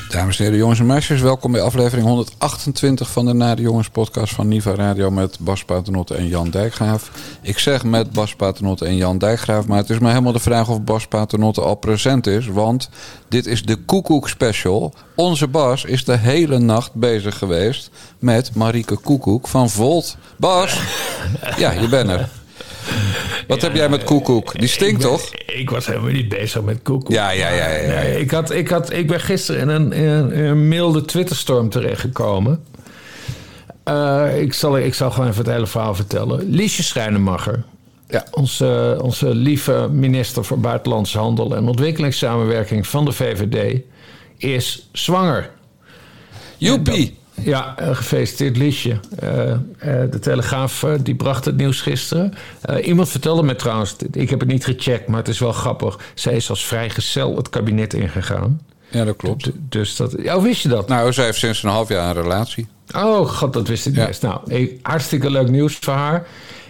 Dames en heren, jongens en meisjes, welkom bij aflevering 128 van de Na de Jongens podcast van Niva Radio met Bas Paternotte en Jan Dijkgraaf. Ik zeg met Bas Paternotte en Jan Dijkgraaf, maar het is maar helemaal de vraag of Bas Paternotte al present is, want dit is de Koekoek special. Onze Bas is de hele nacht bezig geweest met Marieke Koekoek van Volt. Bas, ja, je bent er. Wat heb jij met Koekoek? Die stinkt toch? Ik was helemaal niet bezig met Koekoek. Ja. Nee, ik ben gisteren in een milde Twitterstorm terechtgekomen. Ik zal gewoon even het hele verhaal vertellen. Liesje Schrijnemacher, ja, onze lieve minister voor Buitenlandse Handel en Ontwikkelingssamenwerking van de VVD, is zwanger. Joepie! Ja, gefeliciteerd Liesje. De Telegraaf die bracht het nieuws gisteren. Iemand vertelde me trouwens, ik heb het niet gecheckt, maar het is wel grappig. Zij is als vrijgezel het kabinet ingegaan. Ja, dat klopt. Dus dat, hoe wist je dat? Nou, zij heeft sinds een half jaar een relatie. Oh, god, dat wist ik niet eens. Nou, hartstikke leuk nieuws voor haar.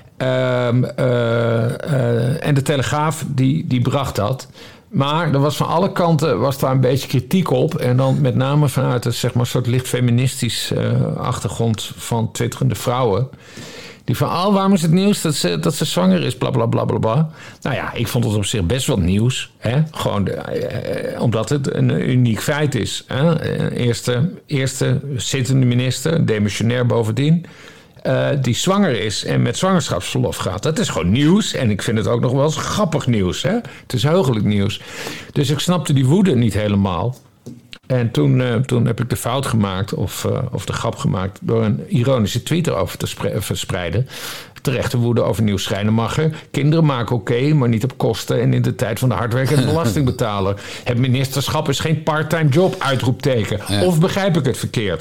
En de Telegraaf die bracht dat. Maar er was van alle kanten daar een beetje kritiek op. En dan met name vanuit een, zeg maar, soort licht feministisch achtergrond van twitterende vrouwen. Die van, waarom is het nieuws dat ze zwanger is, bla bla bla bla bla. Nou ja, ik vond het op zich best wel nieuws. Hè? Gewoon omdat het een uniek feit is. Hè? Eerste zittende minister, demissionair bovendien, die zwanger is en met zwangerschapsverlof gaat. Dat is gewoon nieuws. En ik vind het ook nog wel eens grappig nieuws. Hè? Het is heugelijk nieuws. Dus ik snapte die woede niet helemaal. En toen heb ik de fout gemaakt, of de grap gemaakt, door een ironische tweet erover te verspreiden. Terechte woede over Nieuws Schrijnemacher. Kinderen maken oké, maar niet op kosten en in de tijd van de hardwerkende belastingbetaler. Het ministerschap is geen part-time job, uitroepteken. Ja. Of begrijp ik het verkeerd?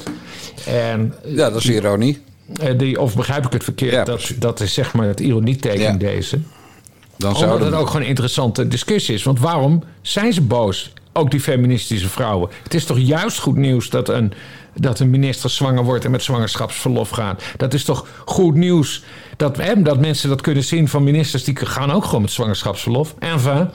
Ja, dat is ironie. Of begrijp ik het verkeerd? Ja, dat is zeg maar het ironieteken deze. Omdat het ook gewoon een interessante discussie is. Want waarom zijn ze boos? Ook die feministische vrouwen. Het is toch juist goed nieuws dat een minister zwanger wordt en met zwangerschapsverlof gaat. Dat is toch goed nieuws dat mensen dat kunnen zien van ministers die gaan ook gewoon met zwangerschapsverlof. Enfin.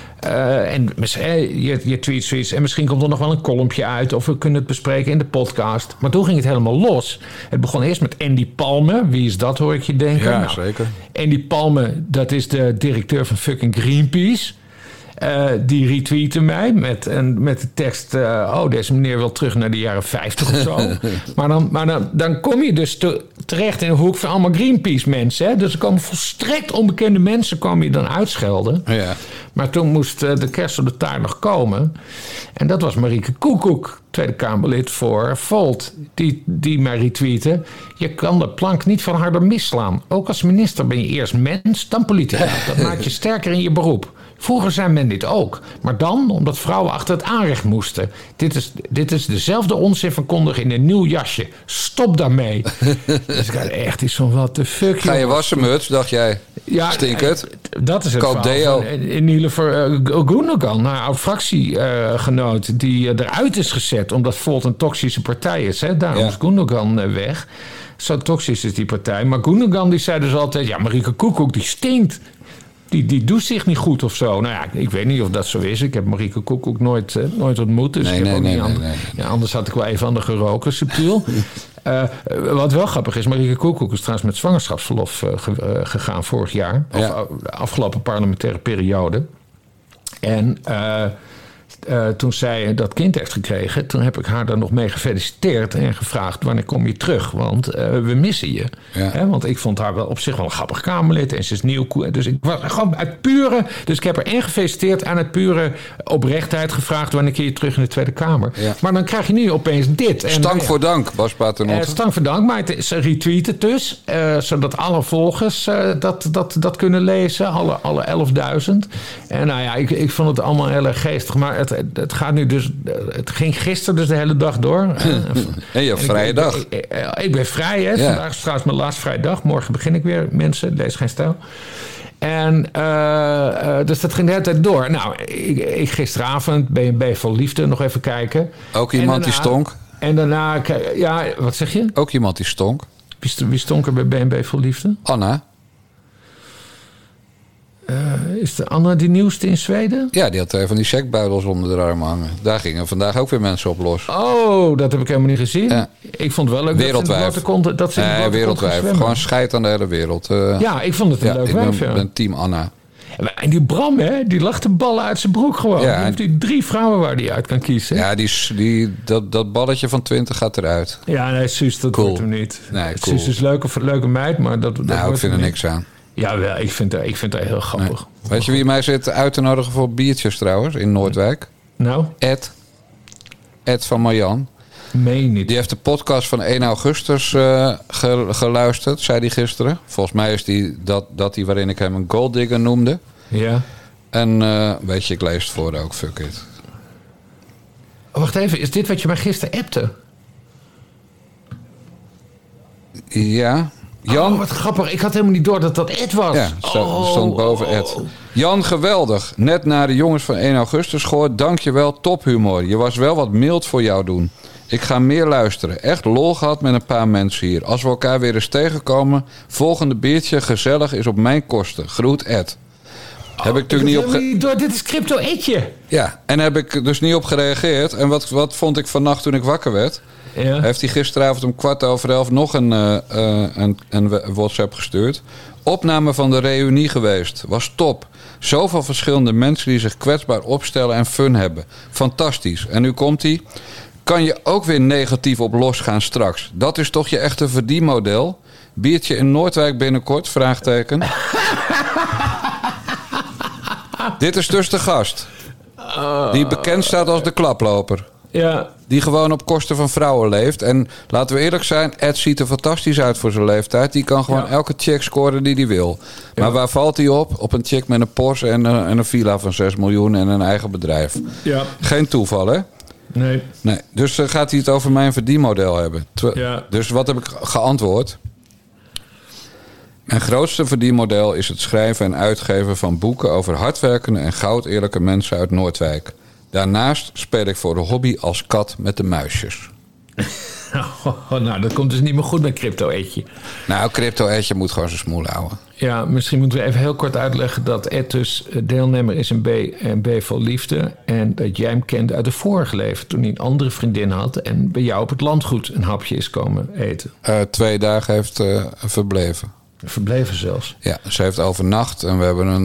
En je tweet zoiets en misschien komt er nog wel een kolompje uit of we kunnen het bespreken in de podcast. Maar toen ging het helemaal los. Het begon eerst met Andy Palme. Wie is dat, hoor ik je denken? Ja, zeker. Andy Palme, dat is de directeur van fucking Greenpeace. Die retweette mij met de tekst, deze meneer wil terug naar de jaren 50 of zo. maar dan kom je dus terecht in een hoek van allemaal Greenpeace mensen. Hè? Dus er komen volstrekt onbekende mensen je dan uitschelden. Ja. Maar toen moest de kerst op de taart nog komen. En dat was Marieke Koekoek, Tweede Kamerlid voor Volt. Die mij retweette. Je kan de plank niet van harder misslaan. Ook als minister ben je eerst mens, dan politica. Dat maakt je sterker in je beroep. Vroeger zei men dit ook. Maar dan omdat vrouwen achter het aanrecht moesten. Dit is dezelfde onzin verkondigen in een nieuw jasje. Stop daarmee. Dus ik had echt iets van, wat de fuck. Ga je wassen, muts, dacht jij? Ja, stinkert. Dat is het Koop deo. In ieder geval Gundogan, een oud-fractiegenoot die eruit is gezet omdat Volt een toxische partij is. Hè? Daarom is Gundogan weg. Zo toxisch is die partij. Maar Gundogan die zei dus altijd, ja, Marieke Koekoek die stinkt. Die doet zich niet goed of zo. Nou ja, ik weet niet of dat zo is. Ik heb Marieke Koekoek nooit ontmoet. Dus nee. Ja, anders had ik wel even aan de geroken, subtiel. Wat wel grappig is, Marieke Koekoek is trouwens met zwangerschapsverlof gegaan vorig jaar. Ja. Of de afgelopen parlementaire periode. En toen zij dat kind heeft gekregen, toen heb ik haar daar nog mee gefeliciteerd en gevraagd, wanneer kom je terug? Want we missen je. Ja. Hè? Want ik vond haar wel op zich wel een grappig Kamerlid en ze is nieuw. Dus ik was gewoon uit pure. Dus ik heb haar gefeliciteerd aan het pure oprechtheid gevraagd, wanneer keer je terug in de Tweede Kamer. Ja. Maar dan krijg je nu opeens dit. Stank voor dank, Bas Paternotte. Stank voor dank, maar ze retweeten dus, zodat alle volgers dat kunnen lezen, alle 11.000. En nou ja, ik vond het allemaal heel erg geestig, maar het gaat nu dus. Het ging gisteren dus de hele dag door. En je hebt vrije dag. Ik ben vrij, hè? Ja. Vandaag is trouwens mijn laatste vrije dag. Morgen begin ik weer, mensen. Lees geen stijl. En dus dat ging de hele tijd door. Nou, ik gisteravond B&B Vol Liefde nog even kijken. Ook iemand die stonk? En daarna, ja, wat zeg je? Ook iemand die stonk. Wie stonk er bij B&B Vol Liefde? Anna. Is de Anna die nieuwste in Zweden? Ja, die had twee van die checkbuidels onder de arm hangen. Daar gingen vandaag ook weer mensen op los. Oh, dat heb ik helemaal niet gezien. Ja. Ik vond het wel leuk Wereldwijf. dat ze in de wereldwijf. Gewoon scheid aan de hele wereld. Ja, ik vond het een leuk wijf. Ik ben team Anna. En die Bram, hè, die lacht de ballen uit zijn broek gewoon. Ja, die heeft die 3 vrouwen waar hij uit kan kiezen. Ja, dat balletje van 20 gaat eruit. Ja, nee, Suus, dat wordt hem niet. Nee, cool. Suus is een leuke meid, maar dat ik vind er niks aan. Ja, wel, ik vind het heel grappig. Nee. Weet je wie mij zit uit te nodigen voor biertjes trouwens, in Noordwijk? Nou? Ed van Marjan. Meen niet. Die heeft de podcast van 1 augustus geluisterd, zei hij gisteren. Volgens mij is die dat waarin ik hem een golddigger noemde. Ja. En weet je, ik lees het voor ook, fuck it. Oh, wacht even, is dit wat je mij gisteren appte? Ja. Jan? Oh, wat grappig. Ik had helemaal niet door dat Ed was. Ja, stond boven Ed. Jan, geweldig. Net naar de jongens van 1 augustus gehoord. Dank je wel, tophumor. Je was wel wat mild voor jou doen. Ik ga meer luisteren. Echt lol gehad met een paar mensen hier. Als we elkaar weer eens tegenkomen, volgende biertje gezellig is op mijn kosten. Groet Ed. Heb ik natuurlijk niet op dit is Crypto Edje. Ja, en heb ik dus niet op gereageerd. En wat vond ik vannacht toen ik wakker werd? Ja. Heeft hij gisteravond om 11:15 nog een WhatsApp gestuurd. Opname van de reunie geweest. Was top. Zoveel verschillende mensen die zich kwetsbaar opstellen en fun hebben. Fantastisch. En nu komt hij. Kan je ook weer negatief op losgaan straks? Dat is toch je echte verdienmodel? Biertje in Noordwijk binnenkort? Vraagteken. Dit is dus de gast. Die bekend staat als de klaploper. Ja. Die gewoon op kosten van vrouwen leeft. En laten we eerlijk zijn, Ed ziet er fantastisch uit voor zijn leeftijd. Die kan gewoon elke chick scoren die hij wil. Ja. Maar waar valt hij op? Op een chick met een Porsche en een villa van 6 miljoen en een eigen bedrijf. Ja. Geen toeval, hè? Nee. Dus gaat hij het over mijn verdienmodel hebben. Dus wat heb ik geantwoord? Mijn grootste verdienmodel is het schrijven en uitgeven van boeken over hardwerkende en goudeerlijke mensen uit Noordwijk. Daarnaast speel ik voor de hobby als kat met de muisjes. Nou, dat komt dus niet meer goed met Crypto Edje. Nou, Crypto Edje moet gewoon zijn smoel houden. Ja, misschien moeten we even heel kort uitleggen dat Ed dus deelnemer is in B vol Liefde. En dat jij hem kent uit de vorige leven, toen hij een andere vriendin had en bij jou op het landgoed een hapje is komen eten. 2 dagen heeft verbleven. Verbleven zelfs? Ja, ze heeft overnacht en we hebben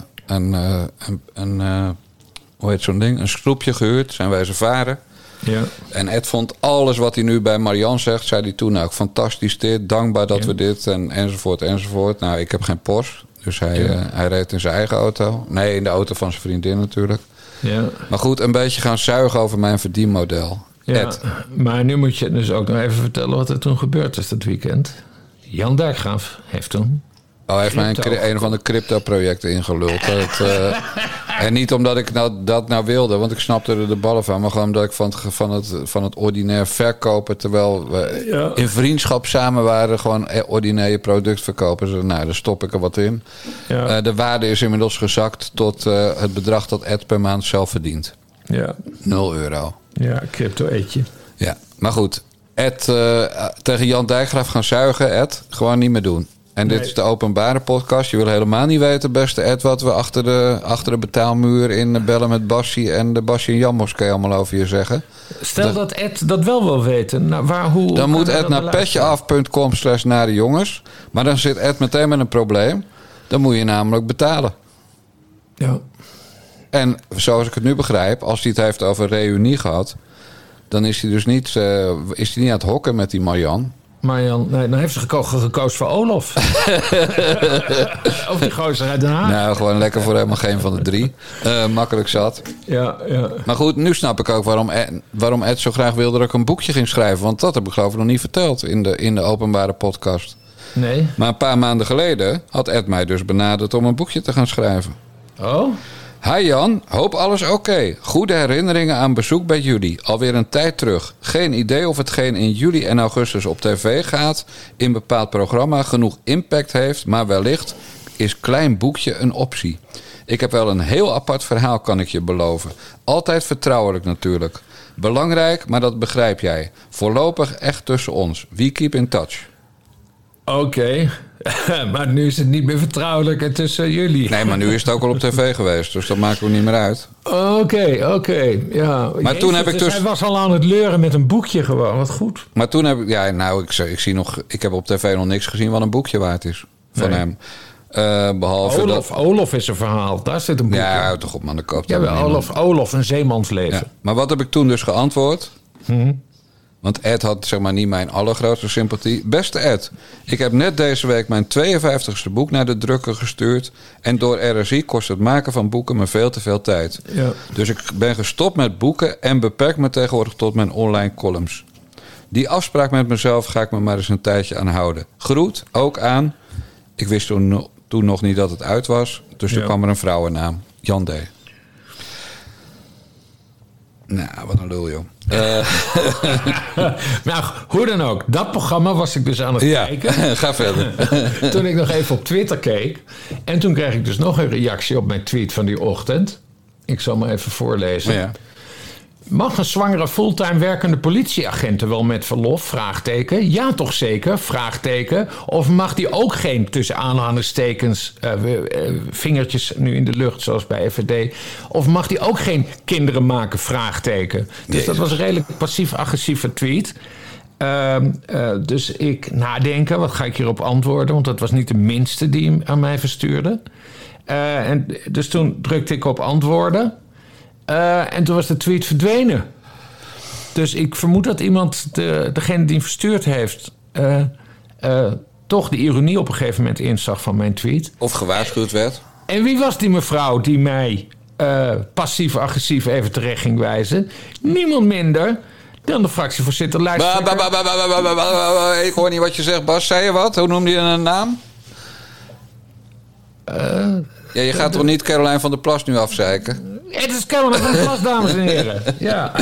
een hoe heet zo'n ding? Een sloepje gehuurd, zijn wij zijn varen. Ja. En Ed vond alles wat hij nu bij Marianne zegt, zei hij toen ook fantastisch dit, dankbaar dat we dit enzovoort. Nou, ik heb geen Porsche, dus hij reed in zijn eigen auto. Nee, in de auto van zijn vriendin natuurlijk. Ja. Maar goed, een beetje gaan zuigen over mijn verdienmodel. Ja, Ed. Maar nu moet je dus ook nog even vertellen wat er toen gebeurd is dat weekend. Jan Dijkgraaf heeft toen... hij heeft mij een of ander crypto-project ingeluld. En niet omdat ik dat wilde, want ik snapte er de ballen van. Maar gewoon omdat ik van het ordinair verkopen, terwijl we in vriendschap samen waren, gewoon ordinaire productverkopers. Nou, daar stop ik er wat in. Ja. De waarde is inmiddels gezakt tot het bedrag dat Ed per maand zelf verdient. Ja. €0. Ja, crypto-etje. Ja, maar goed. Ed, tegen Jan Dijkgraaf gaan zuigen, Ed. Gewoon niet meer doen. En dit is de openbare podcast. Je wil helemaal niet weten, beste Ed, wat we achter de betaalmuur in Bellen met Bassie en de Bassie en Jan moskee allemaal over je zeggen. Stel dat Ed dat wel wil weten. Nou, hoe dan moet Ed naar petjeaf.com/narejongens. Maar dan zit Ed meteen met een probleem. Dan moet je namelijk betalen. Ja. En zoals ik het nu begrijp, als hij het heeft over reunie gehad, dan is hij dus niet aan het hokken met die Marjan. Marjan, nee, dan heeft ze gekozen voor Olof. Of die gozer uit Den Haag. Nou, gewoon lekker voor helemaal geen van de 3. Makkelijk zat. Ja. Maar goed, nu snap ik ook waarom Ed zo graag wilde dat ik een boekje ging schrijven. Want dat heb ik geloof ik nog niet verteld in de openbare podcast. Nee. Maar een paar maanden geleden had Ed mij dus benaderd om een boekje te gaan schrijven. Oh? Hi Jan, hoop alles oké. Goede herinneringen aan bezoek bij jullie. Alweer een tijd terug. Geen idee of hetgeen in juli en augustus op tv gaat, in bepaald programma genoeg impact heeft, maar wellicht is klein boekje een optie. Ik heb wel een heel apart verhaal, kan ik je beloven. Altijd vertrouwelijk natuurlijk. Belangrijk, maar dat begrijp jij. Voorlopig echt tussen ons. We keep in touch. Oké. Maar nu is het niet meer vertrouwelijk en tussen jullie. Nee, maar nu is het ook al op tv geweest. Dus dat maken we niet meer uit. Oké. Ja. Maar toen heb ik dus... Hij was al aan het leuren met een boekje gewoon. Wat goed. Maar toen heb ik... Ja, nou, ik zie nog... Ik heb op tv nog niks gezien wat een boekje waard is. Van hem. Behalve Olof is een verhaal. Daar zit een boekje. Ja, houd toch op, man. De koopt Olof, een zeemansleven. Ja. Maar wat heb ik toen dus geantwoord? Want Ed had zeg maar niet mijn allergrootste sympathie. Beste Ed, ik heb net deze week mijn 52e boek naar de drukker gestuurd. En door RSI kost het maken van boeken me veel te veel tijd. Ja. Dus ik ben gestopt met boeken en beperk me tegenwoordig tot mijn online columns. Die afspraak met mezelf ga ik me maar eens een tijdje aan houden. Groet ook aan... Ik wist toen nog niet dat het uit was. Dus toen kwam er een vrouwennaam. Jan D. Nou, wat een lul, joh. Nou, hoe dan ook. Dat programma was ik dus aan het kijken. Ga verder. Toen ik nog even op Twitter keek. En toen kreeg ik dus nog een reactie op mijn tweet van die ochtend. Ik zal maar even voorlezen. Ja. Mag een zwangere fulltime werkende politieagent wel met verlof? Vraagteken. Ja, toch zeker? Vraagteken. Of mag die ook geen, tussen aanhalingstekens, vingertjes nu in de lucht, zoals bij FVD. Of mag die ook geen kinderen maken? Vraagteken. Dus dat was een redelijk passief-agressieve tweet. Dus ik nadenken, wat ga ik hierop antwoorden? Want dat was niet de minste die hem aan mij verstuurde. En dus toen drukte ik op antwoorden. En toen was de tweet verdwenen. Dus ik vermoed dat iemand, degene die hem verstuurd heeft... toch de ironie op een gegeven moment inzag van mijn tweet. Of gewaarschuwd werd. En wie was die mevrouw die mij passief-agressief even terecht ging wijzen? Niemand minder dan de fractievoorzitter lijsttrekker. Ik hoor niet wat je zegt, Bas. Zei je wat? Hoe noemde je een naam? Ja, je gaat toch niet Caroline van der Plas nu afzeiken? Het is Caroline van der Plas, dames en heren. Ja.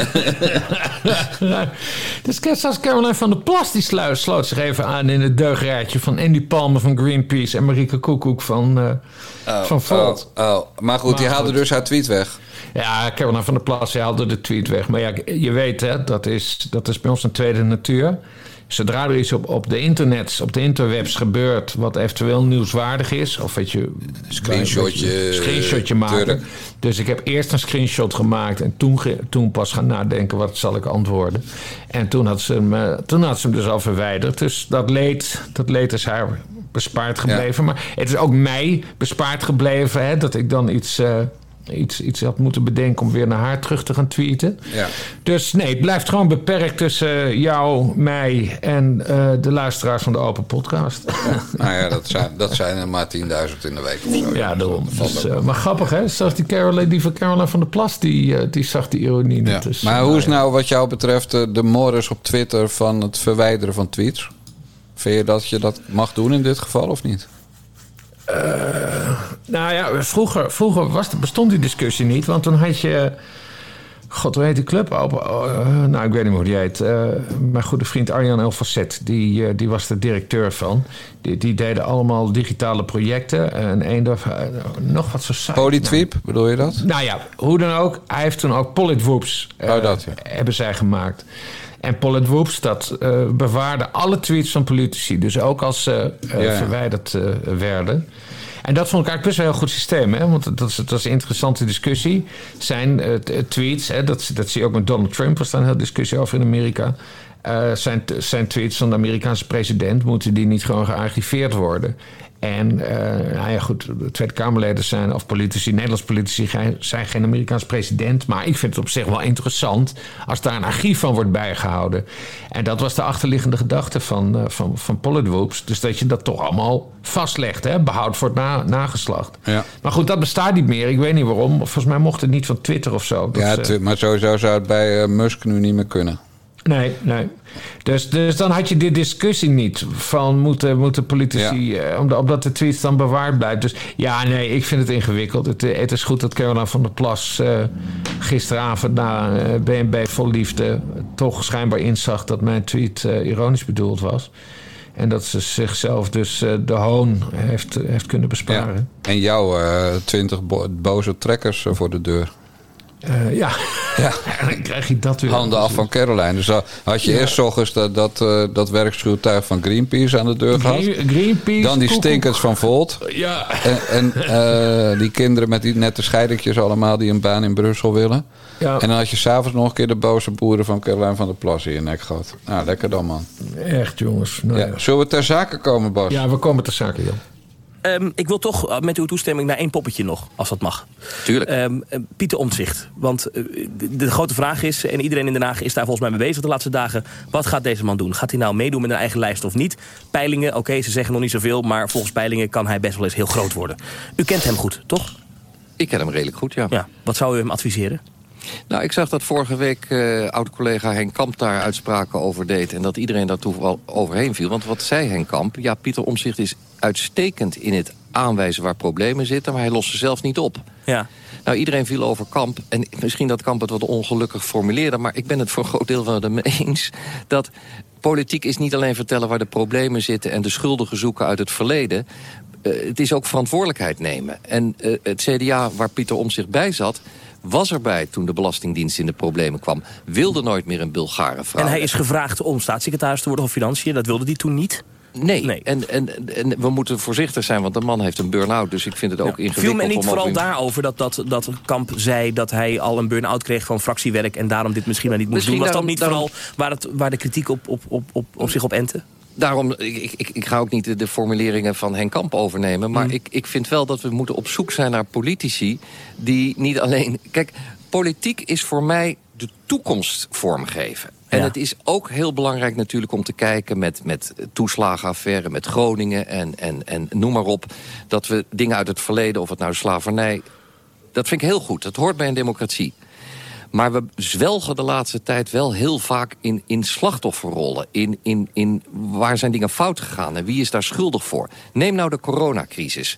Dus zelfs Caroline van der Plas die sloot zich even aan in het deugrijtje van Andy Palmer van Greenpeace en Marieke Koekoek van Volt. Maar goed, die haalde dus haar tweet weg. Ja, Caroline van der Plas haalde de tweet weg. Maar ja, je weet, hè, dat is bij ons een tweede natuur. Zodra er iets op de interwebs gebeurt wat eventueel nieuwswaardig is, of weet je, screenshotje maken. Tuurlijk. Dus ik heb eerst een screenshot gemaakt en toen pas gaan nadenken wat zal ik antwoorden. En toen had ze hem dus al verwijderd. Dus dat leed is haar bespaard gebleven. Ja. Maar het is ook mij bespaard gebleven, hè, dat ik dan iets had moeten bedenken om weer naar haar terug te gaan tweeten. Ja. Dus nee, het blijft gewoon beperkt tussen jou, mij en de luisteraars van de Open Podcast. Ja, nou ja, dat zijn er maar 10.000 in de week of zo. Ja, daarom. Dus, maar grappig, hè? Zelfs die van Caroline van der Plas, die zag die ironie niet. Ja. Dus, maar hoe is nou wat jou betreft de mores op Twitter van het verwijderen van tweets? Vind je dat je dat mag doen in dit geval of niet? Nou ja, vroeger bestond die discussie niet. Want toen had je... God, hoe heet die club? Nou, ik weet niet meer hoe die heet. Mijn goede vriend Arjan Elfacet, die was de directeur van. Die deden allemaal digitale projecten. En nog wat zo... Polytweep, bedoel je dat? Nou ja, hoe dan ook. Hij heeft toen ook Politwoops hebben zij gemaakt. En Politwoops, dat bewaarde alle tweets van politici. Dus ook als ze verwijderd werden. En dat vond ik eigenlijk best wel een heel goed systeem. Hè? Want dat is een interessante discussie. Zijn tweets, hè, dat zie je ook met Donald Trump, was daar een hele discussie over in Amerika. Zijn tweets van de Amerikaanse president, moeten die niet gewoon gearchiveerd worden? En nou ja, goed, Tweede Kamerleden zijn, of politici, Nederlandse politici zijn geen Amerikaans president. Maar ik vind het op zich wel interessant als daar een archief van wordt bijgehouden. En dat was de achterliggende gedachte van Politwoops. Dus dat je dat toch allemaal vastlegt, hè? Behoud voor het nageslacht. Ja. Maar goed, dat bestaat niet meer. Ik weet niet waarom. Volgens mij mocht het niet van Twitter of zo. Maar sowieso zou het bij Musk nu niet meer kunnen. Nee. Dus dan had je die discussie niet van moeten politici... omdat de tweets dan bewaard blijft. Dus ja, nee, ik vind het ingewikkeld. Het is goed dat Caroline van der Plas gisteravond na BNB Vol Liefde toch schijnbaar inzag dat mijn tweet ironisch bedoeld was. En dat ze zichzelf dus de hoon heeft kunnen besparen. Ja. En jouw 20 boze trekkers voor de deur. Ja. En dan krijg je dat weer. Handen af van Caroline. Dus had je eerst 's ochtends dat werkschuwtuig van Greenpeace aan de deur gehad. Greenpeace. Dan die stinkers van Volt. Ja. En die kinderen met die nette scheidingjes allemaal die een baan in Brussel willen. Ja. En dan had je s'avonds nog een keer de boze boeren van Caroline van der Plas in je nek gehad. Nou, lekker dan, man. Echt, jongens. Nou, ja. Zullen we ter zake komen, Bas? Ja, we komen ter zake, Jan. Ik wil toch met uw toestemming naar 1 poppetje nog, als dat mag. Tuurlijk. Pieter Omtzigt. Want de grote vraag is, en iedereen in Den Haag is daar volgens mij mee bezig de laatste dagen. Wat gaat deze man doen? Gaat hij nou meedoen met een eigen lijst of niet? Peilingen, oké, ze zeggen nog niet zoveel. Maar volgens peilingen kan hij best wel eens heel groot worden. U kent hem goed, toch? Ik ken hem redelijk goed, ja. Wat zou u hem adviseren? Nou, ik zag dat vorige week oud-collega Henk Kamp daar uitspraken over deed. En dat iedereen daar toen wel overheen viel. Want wat zei Henk Kamp? Ja, Pieter Omtzigt is uitstekend in het aanwijzen waar problemen zitten. Maar hij lost ze zelf niet op. Ja. Nou, iedereen viel over Kamp. En misschien dat Kamp het wat ongelukkig formuleerde. Maar ik ben het voor een groot deel van hem eens. Dat politiek is niet alleen vertellen waar de problemen zitten en de schuldigen zoeken uit het verleden. Het is ook verantwoordelijkheid nemen. En het CDA waar Pieter Omtzigt bij zat, was erbij toen de Belastingdienst in de problemen kwam. Wilde nooit meer een Bulgare vrouw. En hij is gevraagd om staatssecretaris te worden van Financiën. Dat wilde hij toen niet? Nee. En we moeten voorzichtig zijn, want de man heeft een burn-out. Dus ik vind het ook ingewikkeld. Viel me niet vooral daarover dat Kamp zei dat hij al een burn-out kreeg van fractiewerk en daarom dit misschien maar niet moest doen? Was dat niet vooral waar de kritiek op zich op entte? Daarom, ik ga ook niet de formuleringen van Henk Kamp overnemen. Maar ik vind wel dat we moeten op zoek zijn naar politici die niet alleen... Kijk, politiek is voor mij de toekomst vormgeven. En het is ook heel belangrijk natuurlijk om te kijken met toeslagenaffaire, met Groningen en noem maar op. Dat we dingen uit het verleden, of het nou slavernij... Dat vind ik heel goed, dat hoort bij een democratie. Maar we zwelgen de laatste tijd wel heel vaak in slachtofferrollen. In waar zijn dingen fout gegaan en wie is daar schuldig voor. Neem nou de coronacrisis.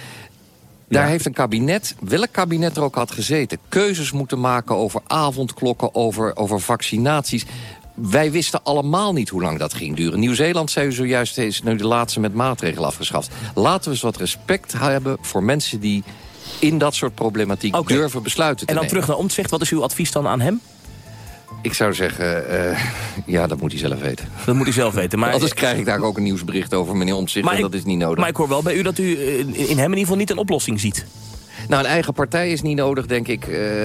Daar heeft een kabinet, welk kabinet er ook had gezeten, keuzes moeten maken over avondklokken, over vaccinaties. Wij wisten allemaal niet hoe lang dat ging duren. Nieuw-Zeeland, zei u zojuist, is nu de laatste met maatregelen afgeschaft. Laten we eens wat respect hebben voor mensen die in dat soort problematiek durven besluiten te nemen. En dan terug naar Omtzigt, wat is uw advies dan aan hem? Ik zou zeggen, dat moet hij zelf weten. Dat moet hij zelf weten. Maar anders krijg ik daar ook een nieuwsbericht over meneer Omtzigt en dat is niet nodig. Maar ik hoor wel bij u dat u in hem in ieder geval niet een oplossing ziet. Nou, een eigen partij is niet nodig, denk ik.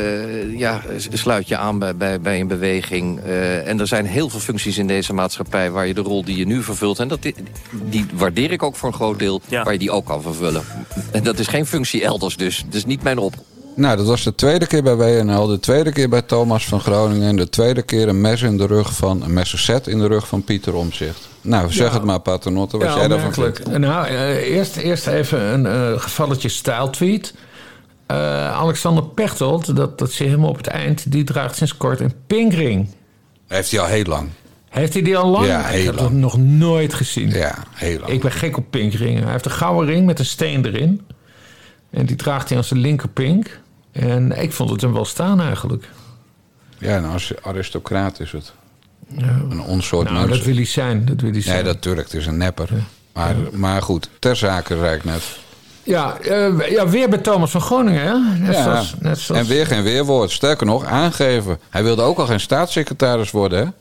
Sluit je aan bij een beweging. En er zijn heel veel functies in deze maatschappij waar je de rol die je nu vervult, en die waardeer ik ook voor een groot deel, waar je die ook kan vervullen. En dat is geen functie elders dus. Dat is niet mijn op. Nou, dat was de tweede keer bij WNL, de tweede keer bij Thomas van Groningen en de tweede keer een messenset in de rug van Pieter Omtzigt. Nou, zeg het maar, Paternotte, wat jij daarvan vindt. Nou, eerst even een gevalletje stijltweet. Alexander Pechtold, dat zit helemaal op het eind, die draagt sinds kort een pinkring. Heeft hij al heel lang. Heeft hij die al lang? Ja, heel lang. Ik heb dat nog nooit gezien. Ja, heel lang. Ik ben gek op pinkringen. Hij heeft een gouden ring met een steen erin. En die draagt hij aan zijn linkerpink. En ik vond het hem wel staan eigenlijk. Ja, nou, als aristocraat is het. Ja. Een onsoort mensen. Dat wil hij zijn. Nee, natuurlijk. Het is een nepper. Ja. Maar goed, ter zake, zei ik net. Ja, weer bij Thomas van Groningen, hè? Net zoals... En weer geen weerwoord. Sterker nog, aangeven. Hij wilde ook al geen staatssecretaris worden, hè?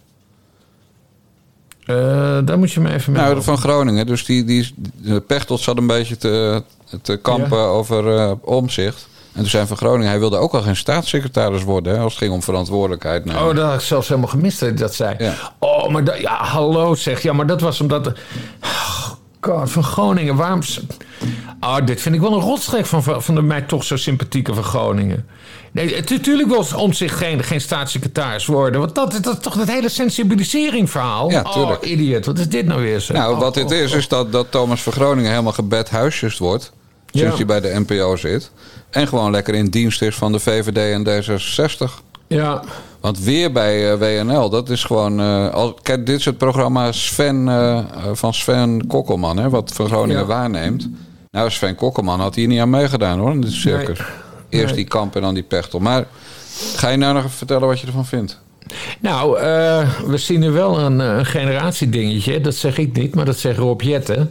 Daar moet je me even mee. Nou, van Groningen. Dus die Pechtold zat een beetje te kampen over Omtzigt. En toen zei Van Groningen, hij wilde ook al geen staatssecretaris worden, hè, als het ging om verantwoordelijkheid. Nee. Oh, dat had ik zelfs helemaal gemist dat hij dat zei. Ja. Oh, maar hallo zeg. Ja, maar dat was omdat... God, Van Groningen, waarom... dit vind ik wel een rotstreek van de mij toch zo sympathieke Van Groningen. Nee, natuurlijk wil Omtzigt geen staatssecretaris worden. Want dat is toch dat hele sensibilisering-verhaal? Ja, tuurlijk. Oh, idiot, wat is dit nou weer zo? Nou, wat dit is dat Thomas van Groningen helemaal gebedhuisjes wordt. Sinds hij bij de NPO zit. En gewoon lekker in dienst is van de VVD en D66. Ja. Want weer bij WNL, dat is gewoon... kijk, dit is het programma van Sven Kokkelman, hè, wat Van Groningen waarneemt. Nou, Sven Kokkelman had hier niet aan meegedaan, hoor, in dit circus. Nee. Eerst die Kamp en dan die Pechtold. Maar ga je nou nog even vertellen wat je ervan vindt? Nou, we zien nu wel een generatiedingetje. Dat zeg ik niet, maar dat zegt Rob Jetten.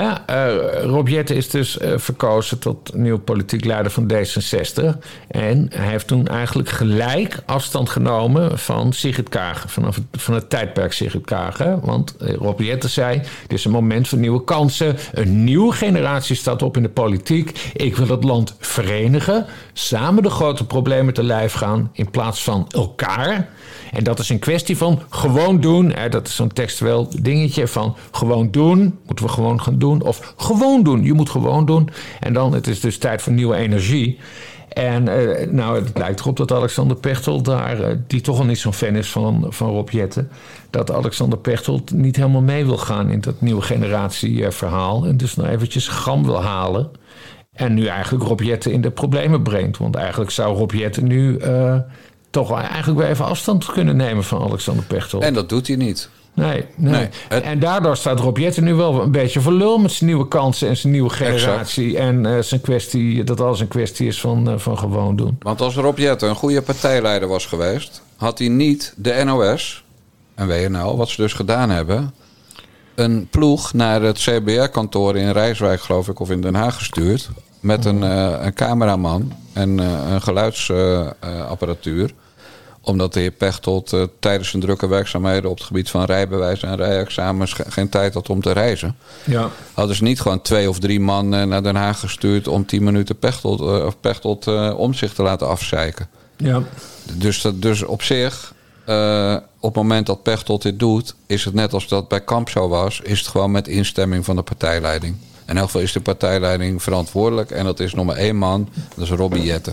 Rob Jetten is dus verkozen tot nieuwe politiek leider van D66. En hij heeft toen eigenlijk gelijk afstand genomen van Sigrid Kaag. Van het tijdperk Sigrid Kaag. Hè? Want Rob Jetten zei, dit is een moment van nieuwe kansen. Een nieuwe generatie staat op in de politiek. Ik wil het land verenigen. Samen de grote problemen te lijf gaan in plaats van elkaar. En dat is een kwestie van gewoon doen. Dat is zo'n textueel dingetje van gewoon doen. Moeten we gewoon gaan doen. Of gewoon doen. Je moet gewoon doen. En dan, het is dus tijd voor nieuwe energie. En het lijkt erop dat Alexander Pechtold daar, die toch al niet zo'n fan is van Rob Jetten, dat Alexander Pechtold niet helemaal mee wil gaan in dat nieuwe generatie verhaal. En dus nog eventjes gram wil halen. En nu eigenlijk Rob Jetten in de problemen brengt. Want eigenlijk zou Rob Jetten nu toch eigenlijk weer even afstand kunnen nemen van Alexander Pechtold. En dat doet hij niet. Nee. En daardoor staat Rob Jetten nu wel een beetje voor lul met zijn nieuwe kansen en zijn nieuwe generatie. Exact. En zijn kwestie, dat alles een kwestie is van gewoon doen. Want als Rob Jetten een goede partijleider was geweest, had hij niet de NOS en WNL, wat ze dus gedaan hebben, een ploeg naar het CBR-kantoor in Rijswijk, geloof ik, of in Den Haag gestuurd. Met een cameraman en een geluidsapparatuur. Omdat de heer Pechtold tijdens zijn drukke werkzaamheden op het gebied van rijbewijs en rijexamens geen tijd had om te reizen. Ja. Hadden ze niet gewoon 2 of 3 man naar Den Haag gestuurd om 10 minuten Pechtold om zich te laten afzeiken. Ja. Dus op zich, op het moment dat Pechtold dit doet, is het net als dat bij Kamp zo was, is het gewoon met instemming van de partijleiding. In elk geval is de partijleiding verantwoordelijk en dat is nog maar 1 man, dat is Robbie Jetten.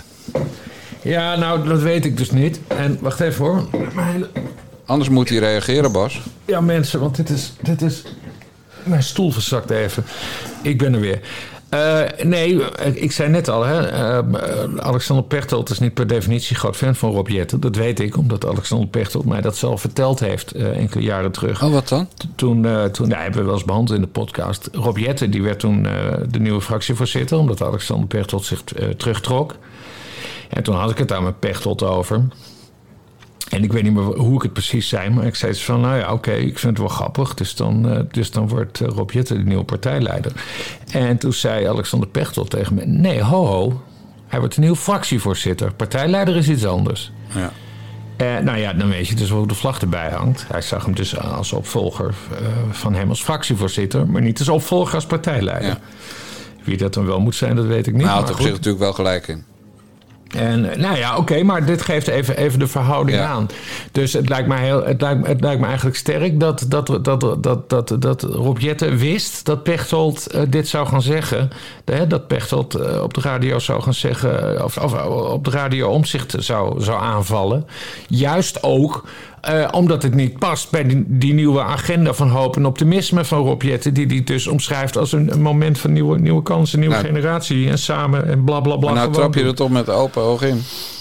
Ja, nou, dat weet ik dus niet. En wacht even hoor. Anders moet hij reageren, Bas. Ja, mensen, want dit is... Mijn stoel verzakt even. Ik ben er weer. Nee, ik zei net al, hè, Alexander Pechtold is niet per definitie groot fan van Rob Jetten. Dat weet ik, omdat Alexander Pechtold mij dat zelf verteld heeft enkele jaren terug. Oh, wat dan? Toen hebben we wel eens behandeld in de podcast. Rob Jetten, die werd toen de nieuwe fractievoorzitter, omdat Alexander Pechtold zich terugtrok. En toen had ik het daar met Pechtold over. En ik weet niet meer hoe ik het precies zei, maar ik zei van, nou ja, oké, ik vind het wel grappig. Dus dan wordt Rob Jetten de nieuwe partijleider. En toen zei Alexander Pechtold tegen me, nee, ho, hij wordt de nieuwe fractievoorzitter. Partijleider is iets anders. Ja. Nou ja, dan weet je dus hoe de vlag erbij hangt. Hij zag hem dus als opvolger van hem als fractievoorzitter, maar niet als opvolger als partijleider. Ja. Wie dat dan wel moet zijn, dat weet ik niet. Nou, had er op zich natuurlijk wel gelijk in. En nou ja, oké, maar dit geeft even de verhouding aan. Dus het lijkt me eigenlijk sterk dat Rob Jetten wist dat Pechtold dit zou gaan zeggen. Dat Pechtold op de radio zou gaan zeggen, of op de radio Omtzigt zou aanvallen. Juist ook omdat het niet past bij die nieuwe agenda van hoop en optimisme van Rob Jetten, die dus omschrijft als een moment van nieuwe kansen, nieuwe generatie en samen en blablabla. Nou trap je er toch met open oog in?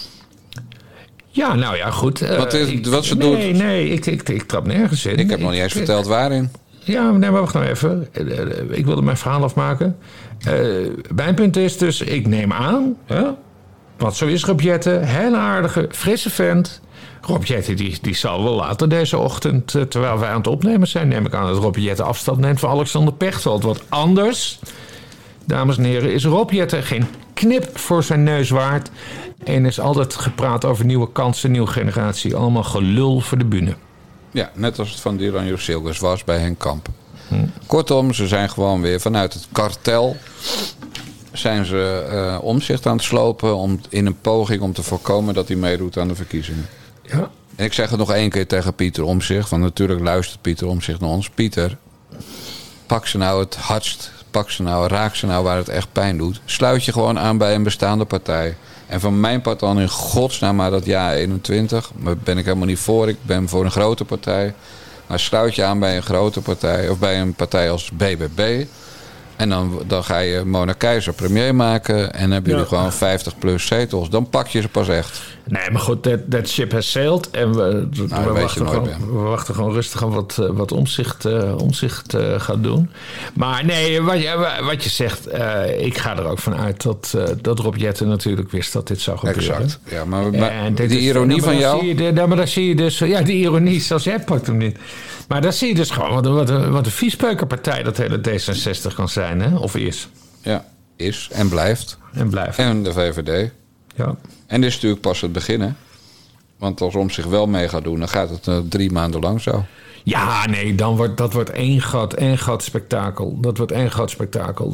Ja, nou ja, goed. Wat ze doet? Nee, ik trap nergens in. Ik heb nog niet eens verteld waarin. Ja, nee, maar wacht nou even. Ik wilde mijn verhaal afmaken. Mijn punt is dus, ik neem aan, want zo is Rob Jetten, hele aardige, frisse vent. Rob Jetten die zal wel later deze ochtend, terwijl wij aan het opnemen zijn, neem ik aan dat Rob Jetten afstand neemt van Alexander Pechtold. Want anders, dames en heren, is Rob Jetten geen knip voor zijn neus waard. En is altijd gepraat over nieuwe kansen, nieuwe generatie. Allemaal gelul voor de bühne. Ja, net als het van Dylan Jusilgus was bij Henk Kamp. Kortom, ze zijn gewoon weer vanuit het kartel zijn ze Omtzigt aan het slopen in een poging om te voorkomen dat hij meedoet aan de verkiezingen. Ja. En ik zeg het nog 1 keer tegen Pieter Omtzigt, want natuurlijk luistert Pieter Omtzigt naar ons. Pieter, pak ze nou het hardst, pak ze nou, raak ze nou waar het echt pijn doet. Sluit je gewoon aan bij een bestaande partij. En van mijn part dan in godsnaam maar dat jaar 21. Daar ben ik helemaal niet voor. Ik ben voor een grote partij. Maar sluit je aan bij een grote partij of bij een partij als BBB. En dan ga je Mona Keizer premier maken. En dan hebben jullie gewoon 50 plus zetels. Dan pak je ze pas echt. Nee, maar goed, dat ship has sailed. En we wachten gewoon rustig aan wat Omtzigt gaat doen. Maar nee, wat je zegt, ik ga er ook van uit dat Rob Jetten natuurlijk wist dat dit zou gebeuren. Exact. Ja, maar de ironie van jou... Maar dan zie je dus... Ja, die ironie, zelfs jij pakt hem niet. Maar dan zie je dus gewoon wat een viespeukerpartij dat hele D66 kan zijn, hè? Of is. Ja, is en blijft. En de VVD. Ja. En dit is natuurlijk pas het begin, hè? Want als Omtzigt wel mee gaat doen, dan gaat het 3 maanden lang zo. Ja, nee, dat wordt één groot spektakel. Dat wordt één groot spektakel.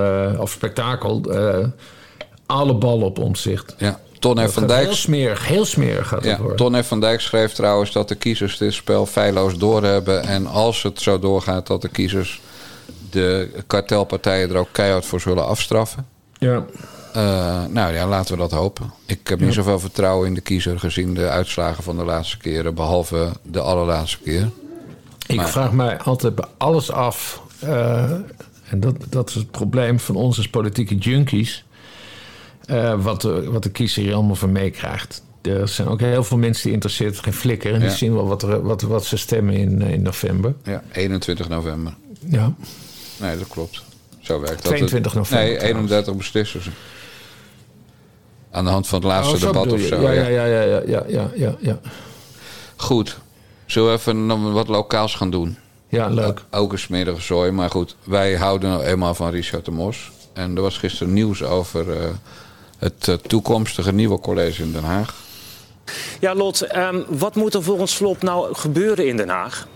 Alle ballen op Omtzigt. Ja, Ton F. van Dijk... Heel smerig gaat het worden. Ton F. van Dijk schreef trouwens dat de kiezers dit spel feilloos doorhebben. En als het zo doorgaat, dat de kiezers de kartelpartijen er ook keihard voor zullen afstraffen. Ja. Laten we dat hopen. Ik heb niet zoveel vertrouwen in de kiezer gezien de uitslagen van de laatste keren, behalve de allerlaatste keer. Ik vraag mij altijd bij alles af, en dat is het probleem van ons als politieke junkies, wat de kiezer hier allemaal van meekrijgt. Er zijn ook heel veel mensen die interesseert geen flikker en die zien wel wat ze stemmen in november. Ja, 21 november. Ja. Nee, dat klopt. Zo werkt dat. 22 november. Nee, 31 beslissen ze. Aan de hand van het laatste debat of zo. Ja. Goed. Zullen we even wat lokaals gaan doen? Ja, leuk. Ook een smerige zooi. Maar goed, wij houden nou eenmaal van Richard de Mos. En er was gisteren nieuws over het toekomstige nieuwe college in Den Haag. Ja, Lot, wat moet er volgens Slop nou gebeuren in Den Haag?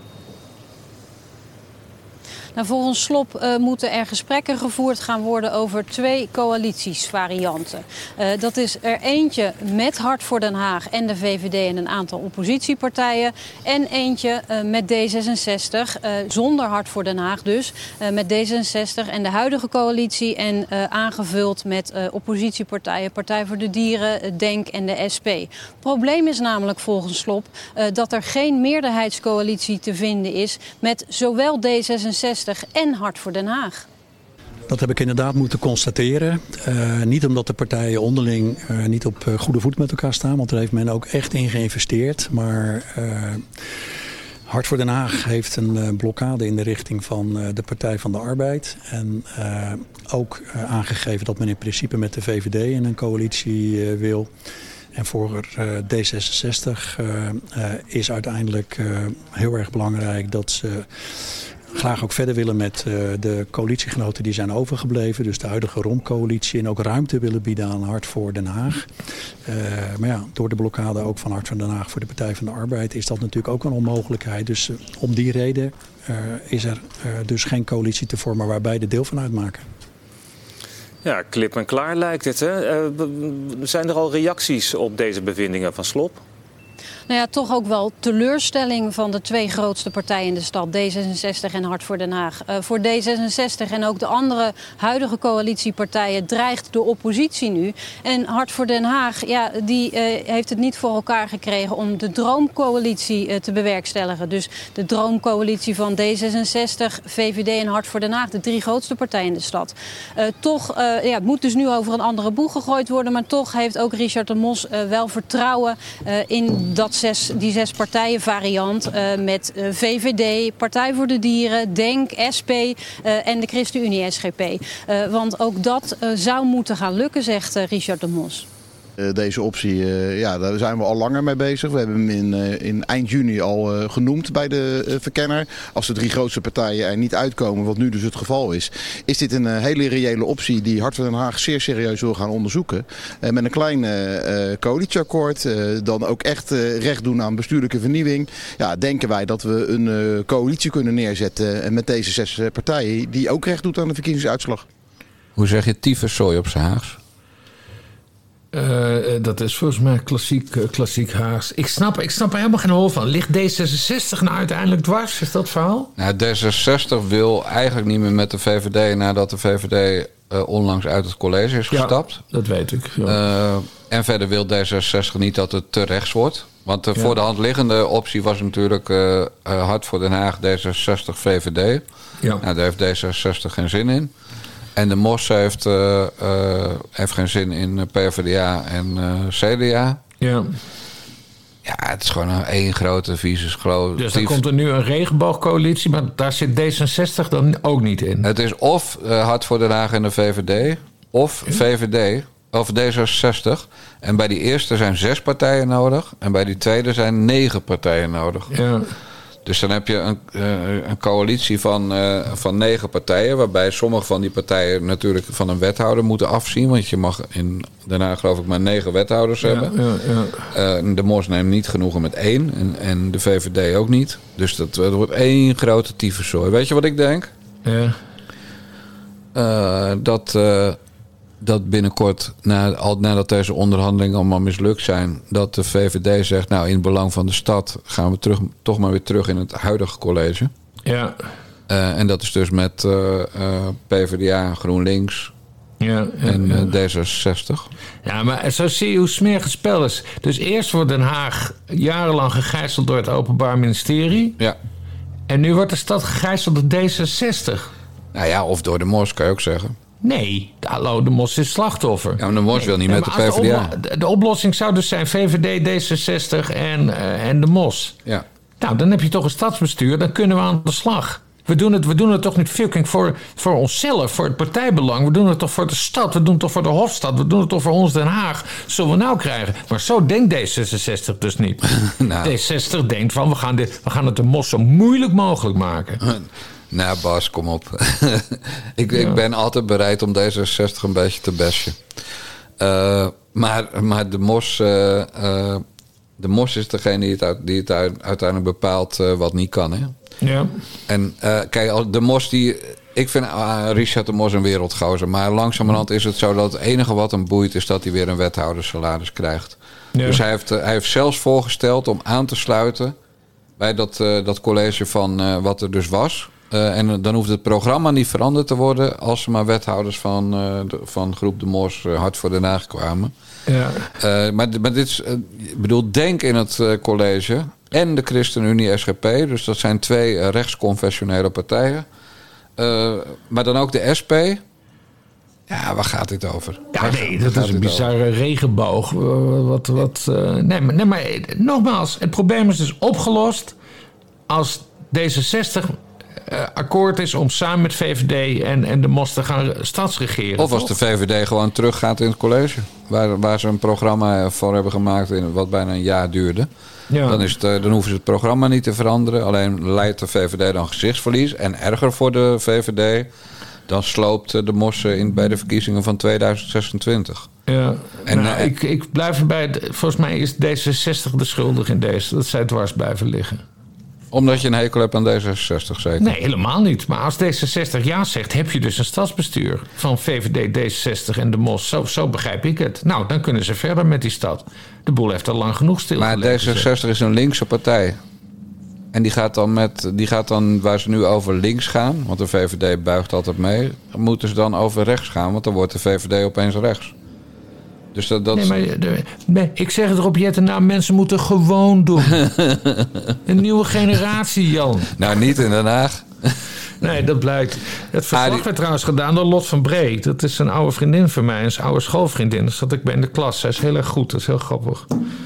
Nou, volgens Slop moeten er gesprekken gevoerd gaan worden over 2 coalitiesvarianten. Dat is er eentje met Hart voor Den Haag en de VVD en een aantal oppositiepartijen. En eentje met D66, zonder Hart voor Den Haag dus. Met D66 en de huidige coalitie en aangevuld met oppositiepartijen. Partij voor de Dieren, DENK en de SP. Het probleem is namelijk volgens Slop dat er geen meerderheidscoalitie te vinden is met zowel D66 en Hart voor Den Haag. Dat heb ik inderdaad moeten constateren. Niet omdat de partijen onderling niet op goede voet met elkaar staan. Want daar heeft men ook echt in geïnvesteerd. Maar Hart voor Den Haag heeft een blokkade in de richting van de Partij van de Arbeid. En ook aangegeven dat men in principe met de VVD in een coalitie wil. En voor D66 is uiteindelijk heel erg belangrijk dat ze graag ook verder willen met de coalitiegenoten die zijn overgebleven. Dus de huidige ROM-coalitie. En ook ruimte willen bieden aan Hart voor Den Haag. Maar ja, door de blokkade ook van Hart voor Den Haag voor de Partij van de Arbeid is dat natuurlijk ook een onmogelijkheid. Dus om die reden is er dus geen coalitie te vormen waar beide deel van uitmaken. Ja, klip en klaar lijkt het. Hè? Zijn er al reacties op deze bevindingen van Slop? Nou ja, toch ook wel teleurstelling van de 2 grootste partijen in de stad, D66 en Hart voor Den Haag. Voor D66 en ook de andere huidige coalitiepartijen dreigt de oppositie nu. En Hart voor Den Haag, ja, die heeft het niet voor elkaar gekregen om de droomcoalitie te bewerkstelligen. Dus de droomcoalitie van D66, VVD en Hart voor Den Haag, de 3 grootste partijen in de stad. Het moet dus nu over een andere boeg gegooid worden, maar toch heeft ook Richard de Mos wel vertrouwen in die 6 partijen variant met VVD, Partij voor de Dieren, DENK, SP en de ChristenUnie SGP. Want ook dat zou moeten gaan lukken, zegt Richard de Mos. Deze optie, daar zijn we al langer mee bezig. We hebben hem in eind juni al genoemd bij de verkenner. Als de 3 grootste partijen er niet uitkomen, wat nu dus het geval is dit een hele reële optie die Hart voor Den Haag zeer serieus wil gaan onderzoeken. Met een klein coalitieakkoord, dan ook echt recht doen aan bestuurlijke vernieuwing. Ja, denken wij dat we een coalitie kunnen neerzetten met deze 6 partijen die ook recht doet aan de verkiezingsuitslag. Hoe zeg je tyfuszooi op z'n Haags? Dat is volgens mij klassiek Haags. Ik snap er helemaal geen hol van. Ligt D66 nou uiteindelijk dwars? Is dat het verhaal? Nou, D66 wil eigenlijk niet meer met de VVD nadat de VVD onlangs uit het college is gestapt. Ja, dat weet ik. Ja. En verder wil D66 niet dat het te rechts wordt. Want de voor de hand liggende optie was natuurlijk Hart voor Den Haag, D66, VVD. Ja. Nou, daar heeft D66 geen zin in. En de Mos heeft geen zin in PvdA en CDA. Ja. Ja, het is gewoon één grote vieze geloof. Dus dan komt er nu een regenboogcoalitie, maar daar zit D66 dan ook niet in. Het is of Hart voor Den Haag en de VVD, of VVD, of D66. En bij die eerste zijn 6 partijen nodig. En bij die tweede zijn 9 partijen nodig. Ja. Dus dan heb je een coalitie van 9 partijen... waarbij sommige van die partijen natuurlijk van een wethouder moeten afzien. Want je mag daarna geloof ik maar 9 wethouders hebben. Ja. De Mos neemt niet genoegen met 1. En de VVD ook niet. Dus dat wordt één grote tyfuszooi. Weet je wat ik denk? Ja. Dat binnenkort, nadat deze onderhandelingen allemaal mislukt zijn... dat de VVD zegt, nou in het belang van de stad... gaan we toch maar weer terug in het huidige college. Ja. En dat is dus met PvdA, GroenLinks en D66. Ja, maar zo zie je hoe smerig het spel is. Dus eerst wordt Den Haag jarenlang gegijzeld door het Openbaar Ministerie. Ja. En nu wordt de stad gegijzeld door D66. Nou ja, of door de Mos, kan je ook zeggen. Nee, hallo, de Mos is slachtoffer. Ja, maar de Mos wil niet met de PvdA. De oplossing zou dus zijn VVD, D66 en de Mos. Ja. Nou, dan heb je toch een stadsbestuur, dan kunnen we aan de slag. We doen het toch niet fucking voor onszelf, voor het partijbelang. We doen het toch voor de stad, we doen het toch voor de Hofstad. We doen het toch voor ons Den Haag. Zullen we nou krijgen? Maar zo denkt D66 dus niet. Nou. D66 denkt van, we gaan het de Mos zo moeilijk mogelijk maken. Nou Bas, kom op. Ik ben altijd bereid om D66 een beetje te bashen. Maar de Mos is degene die het uiteindelijk bepaalt wat niet kan. Hè? Ja. En kijk, de Mos ik vind Richard de Mos een wereldgozer. Maar langzamerhand is het zo dat het enige wat hem boeit... is dat hij weer een wethoudersalaris krijgt. Ja. Dus hij heeft zelfs voorgesteld om aan te sluiten... bij dat college van wat er dus was... en dan hoeft het programma niet veranderd te worden... als er maar wethouders van groep de Mos Hart voor Den Haag kwamen. Ja. Maar dit is... ik bedoel, denk in het college... en de ChristenUnie SGP. Dus dat zijn 2 rechtsconfessionele partijen. Maar dan ook de SP... Ja, waar gaat dit over? Ja, nee, dat is een bizarre regenboog. Nee, maar nogmaals, het probleem is dus opgelost... als D66... akkoord is om samen met VVD en de Mos te gaan stadsregeren. Of als de VVD gewoon teruggaat in het college. Waar ze een programma voor hebben gemaakt... wat bijna een jaar duurde. Ja. Dan hoeven ze het programma niet te veranderen. Alleen leidt de VVD dan gezichtsverlies. En erger voor de VVD... dan sloopt de Mos bij de verkiezingen van 2026. Ja, ik blijf erbij. Volgens mij is D66 de schuldig in deze. Dat zij dwars blijven liggen. Omdat je een hekel hebt aan D66, zeker? Nee, helemaal niet. Maar als D66 ja zegt, heb je dus een stadsbestuur... van VVD, D66 en de Mos. Zo begrijp ik het. Nou, dan kunnen ze verder met die stad. De boel heeft al lang genoeg stilgelegen. Maar D66 is een linkse partij. En die gaat dan, waar ze nu over links gaan... want de VVD buigt altijd mee... moeten ze dan over rechts gaan... want dan wordt de VVD opeens rechts. Dus Nee, ik zeg het erop, Jette, nou, mensen moeten gewoon doen. Een nieuwe generatie, Jan. Nou, niet in Den Haag. Nee, dat blijkt. Het verslag werd trouwens gedaan door Lot van Bree. Dat is een oude vriendin van mij, een oude schoolvriendin. Daar zat ik bij in de klas. Zij is heel erg goed, dat is heel grappig.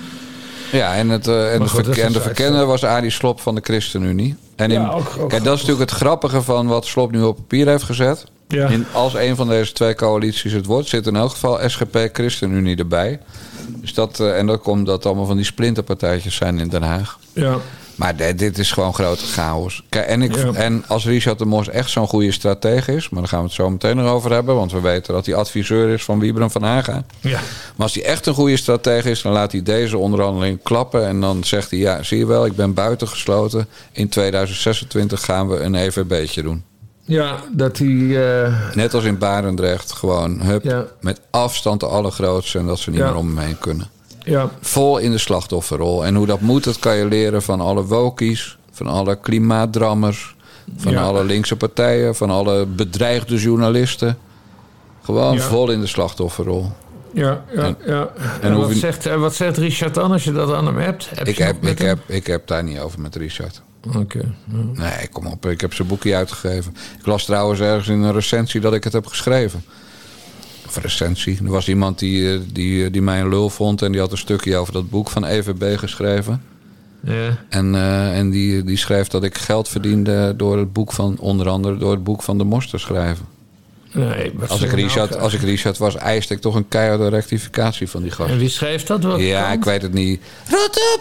Ja, en de verkenner was Arie Slob van de ChristenUnie. En kijk, dat is natuurlijk het grappige van wat Slob nu op papier heeft gezet. Ja. Als een van deze 2 coalities het wordt, zit in elk geval SGP ChristenUnie erbij. Dus en dat komt dat allemaal van die splinterpartijtjes zijn in Den Haag. Ja. Maar dit is gewoon grote chaos. Kijk, en als Richard de Mos echt zo'n goede stratege is... maar daar gaan we het zo meteen nog over hebben... want we weten dat hij adviseur is van Wiebren van Haga. Ja. Maar als hij echt een goede stratege is... dan laat hij deze onderhandeling klappen... en dan zegt hij, ja, zie je wel, ik ben buitengesloten. In 2026 gaan we een EVB'tje doen. Ja, dat hij... Net als in Barendrecht, gewoon met afstand de allergrootste... en dat ze niet meer om hem heen kunnen. Ja. Vol in de slachtofferrol. En hoe dat moet, dat kan je leren van alle wokies... van alle klimaatdrammers... van alle linkse partijen... van alle bedreigde journalisten. Gewoon vol in de slachtofferrol. En wat zegt Richard dan als je dat aan hem hebt? Ik heb daar niet over met Richard. Oké. Nee, kom op. Ik heb zijn boekje uitgegeven. Ik las trouwens ergens in een recensie dat ik het heb geschreven. Of recensie. Er was iemand die mij een lul vond en die had een stukje over dat boek van EVB geschreven. Ja. En die schreef dat ik geld verdiende door het boek van, onder andere door het boek van de Mos te schrijven. Nee, Als ik Richard was, eiste ik toch een keiharde rectificatie van die gast. En wie schreef dat? Wat ja, kant? ik weet het niet. Rot op!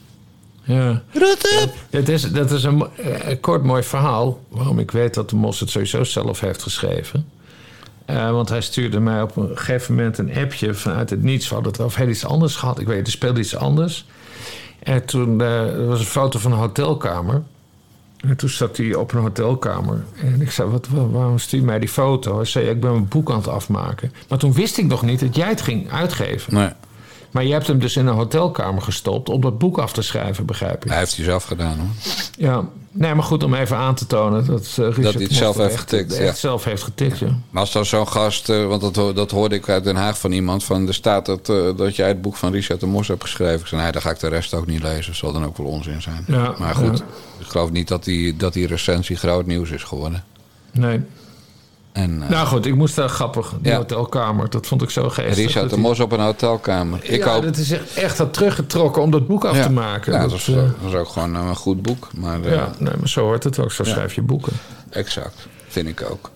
Ja. Rot op! Dat is een kort mooi verhaal. Waarom ik weet dat de Mos het sowieso zelf heeft geschreven. Want hij stuurde mij op een gegeven moment een appje vanuit het niets. We hadden het over heel iets anders gehad. Ik weet, er speelde iets anders. En toen er was een foto van een hotelkamer. En toen zat hij op een hotelkamer. En ik zei, waarom stuur je mij die foto? Hij zei, ik ben mijn boek aan het afmaken. Maar toen wist ik nog niet dat jij het ging uitgeven. Nee. Maar je hebt hem dus in een hotelkamer gestopt om dat boek af te schrijven, begrijp je? Hij heeft hij zelf gedaan, hoor. Ja, nee, maar goed om even aan te tonen dat Richard hij het zelf heeft getikt. Echt zelf heeft getikt, ja. Maar als dan zo'n gast, want dat hoorde ik uit Den Haag van iemand, van er staat dat jij het boek van Richard de Mos hebt geschreven. Ik zei, nee, dan ga ik de rest ook niet lezen. Dat zal dan ook wel onzin zijn. Ja, maar goed, ja. ik geloof niet dat die recensie groot nieuws is geworden. Nee. En, nou goed, ik moest daar grappig, die hotelkamer. Dat vond ik zo geestig. Richard de Mos op een hotelkamer. Dat is echt had teruggetrokken om dat boek af te maken. Ja, dat is ook gewoon een goed boek. Maar, nee, maar zo hoort het ook. Zo schrijf je boeken. Exact, vind ik ook.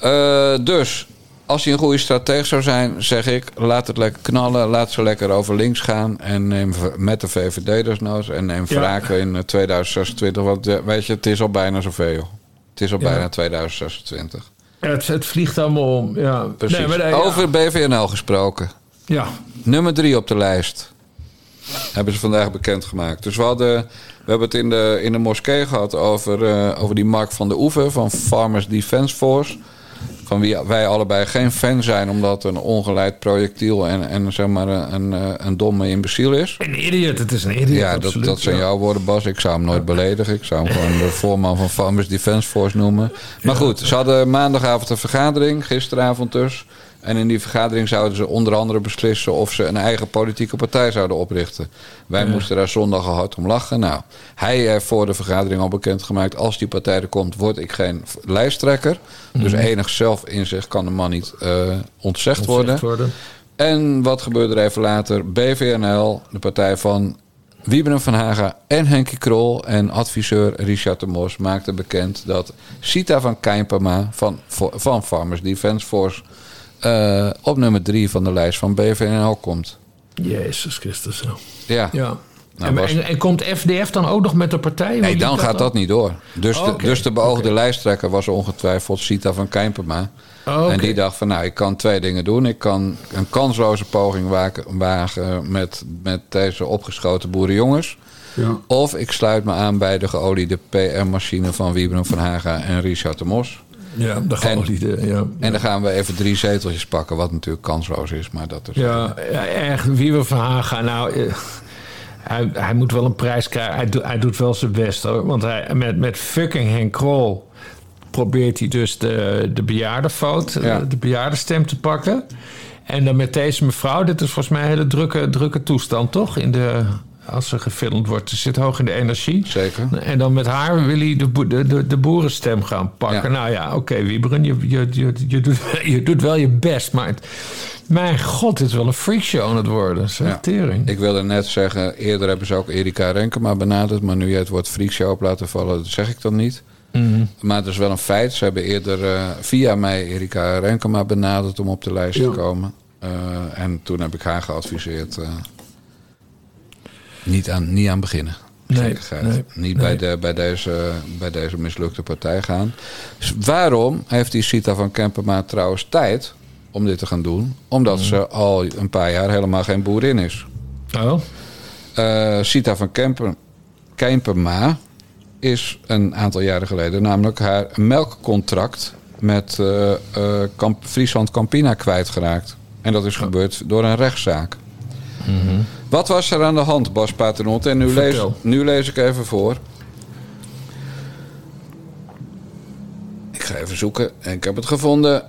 Dus, als hij een goede strateeg zou zijn, zeg ik, laat het lekker knallen. Laat ze lekker over links gaan. En neem met de VVD desnoods. En neem wraken in 2026. Want weet je, het is al bijna zoveel. Het is al bijna 2026. Het vliegt allemaal om. Ja. Precies. Nee, maar over BVNL gesproken. Ja. Nummer 3 op de lijst. Hebben ze vandaag bekendgemaakt. Dus we hebben het in de moskee gehad over die Mark van der Oeven van Farmers Defence Force. Van wie wij allebei geen fan zijn, omdat het een ongeleid projectiel en zeg maar een domme imbeciel is. Een idiot, het is een idiot. Ja, dat zijn jouw woorden, Bas. Ik zou hem nooit beledigen. Ik zou hem gewoon de voorman van Farmers Defence Force noemen. Maar goed, ze hadden maandagavond een vergadering, gisteravond dus. En in die vergadering zouden ze onder andere beslissen of ze een eigen politieke partij zouden oprichten. Wij moesten daar zondag al hard om lachen. Nou, hij heeft voor de vergadering al bekendgemaakt, als die partij er komt, word ik geen lijsttrekker. Dus enig zelfinzicht kan de man niet ontzegd worden. En wat gebeurde er even later? BVNL, de partij van Wiebren van Haga en Henkie Krol en adviseur Richard de Mos maakte bekend dat Sita van Kijnpama van Farmers Defence Force op nummer 3 van de lijst van BVNL komt. Jezus Christus. Ja. Nou, en komt FDF dan ook nog met de partij? Nee, dan gaat dat niet door. Dus de beoogde lijsttrekker was ongetwijfeld Sita van Kijnpama. En die dacht van, nou, ik kan 2 dingen doen. Ik kan een kansloze poging wagen met deze opgeschoten boerenjongens. Ja. Of ik sluit me aan bij de geoliede PR-machine van Wiebren van Haga en Richard de Mos. Ja, de geoliede, En dan gaan we even 3 zeteltjes pakken, wat natuurlijk kansloos is. Maar dat is echt, Wiebren van Haga, nou... Hij moet wel een prijs krijgen. Hij doet wel zijn best, hoor. Want hij, met fucking Henk Krol probeert hij dus de bejaardenfout, de bejaardenstem te pakken. En dan met deze mevrouw, dit is volgens mij een hele drukke toestand, toch? Als ze gefilmd wordt. Ze zit hoog in de energie. Zeker. En dan met haar wil hij de boerenstem gaan pakken. Ja. Nou ja, oké, Wiebren, je doet wel je best, maar... Mijn god, dit is wel een freakshow aan het worden. Tering. Ik wilde net zeggen, eerder hebben ze ook Erika Renkema benaderd. Maar nu je het woord freakshow op laten vallen, dat zeg ik dan niet. Mm-hmm. Maar het is wel een feit. Ze hebben eerder via mij Erika Renkema benaderd om op de lijst te komen. En toen heb ik haar geadviseerd niet aan beginnen. Niet bij deze mislukte partij gaan. Dus waarom heeft die Sita van Kijnpama trouwens tijd om dit te gaan doen? Omdat ze al een paar jaar helemaal geen boerin is. Sita van Kijnpama is een aantal jaren geleden namelijk haar melkcontract met Friesland Campina kwijtgeraakt. En dat is gebeurd door een rechtszaak. Mm-hmm. Wat was er aan de hand, Bas Paternotte? En nu lees ik even voor. Ik ga even zoeken. En ik heb het gevonden.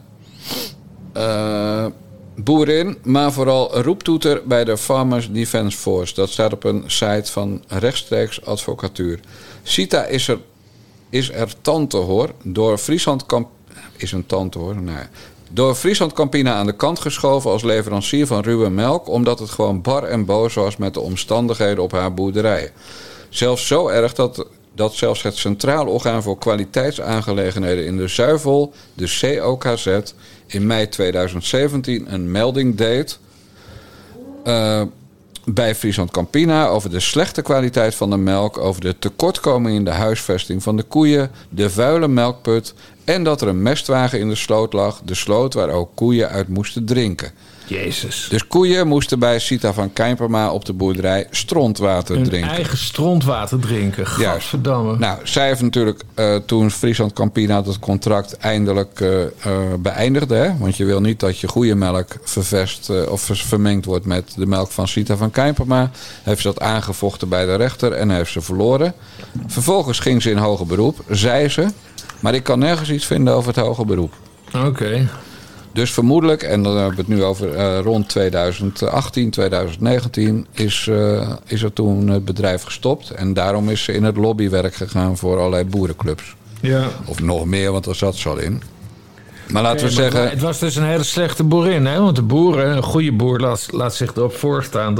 Boerin, maar vooral roeptoeter bij de Farmers Defence Force. Dat staat op een site van rechtstreeks advocatuur. Sita is er tante hoor. Door Friesland is een tante hoor. Nou, door Friesland Campina aan de kant geschoven als leverancier van ruwe melk, omdat het gewoon bar en boos was met de omstandigheden op haar boerderij. Zelfs zo erg dat zelfs het Centraal Orgaan voor Kwaliteitsaangelegenheden in de Zuivel, de COKZ, in mei 2017 een melding deed bij Friesland Campina over de slechte kwaliteit van de melk, over de tekortkoming in de huisvesting van de koeien, de vuile melkput en dat er een mestwagen in de sloot lag, de sloot waar ook koeien uit moesten drinken. Jezus. Dus koeien moesten bij Sita van Kijperma op de boerderij strontwater drinken. Hun eigen strontwater drinken. Gadverdamme. Nou, zij heeft natuurlijk toen Friesland Campina dat contract eindelijk beëindigde. Hè? Want je wil niet dat je goede melk vermengd wordt met de melk van Sita van Kijperma. Heeft ze dat aangevochten bij de rechter en heeft ze verloren. Vervolgens ging ze in hoger beroep, zei ze. Maar ik kan nergens iets vinden over het hoger beroep. Oké. Dus vermoedelijk, en dan hebben we het nu over rond 2018, 2019... is er toen het bedrijf gestopt. En daarom is ze in het lobbywerk gegaan voor allerlei boerenclubs. Ja. Of nog meer, want daar zat ze al in. Maar laten we zeggen... Het was dus een hele slechte boerin, hè? Want de boeren, een goede boer laat zich erop voorstaan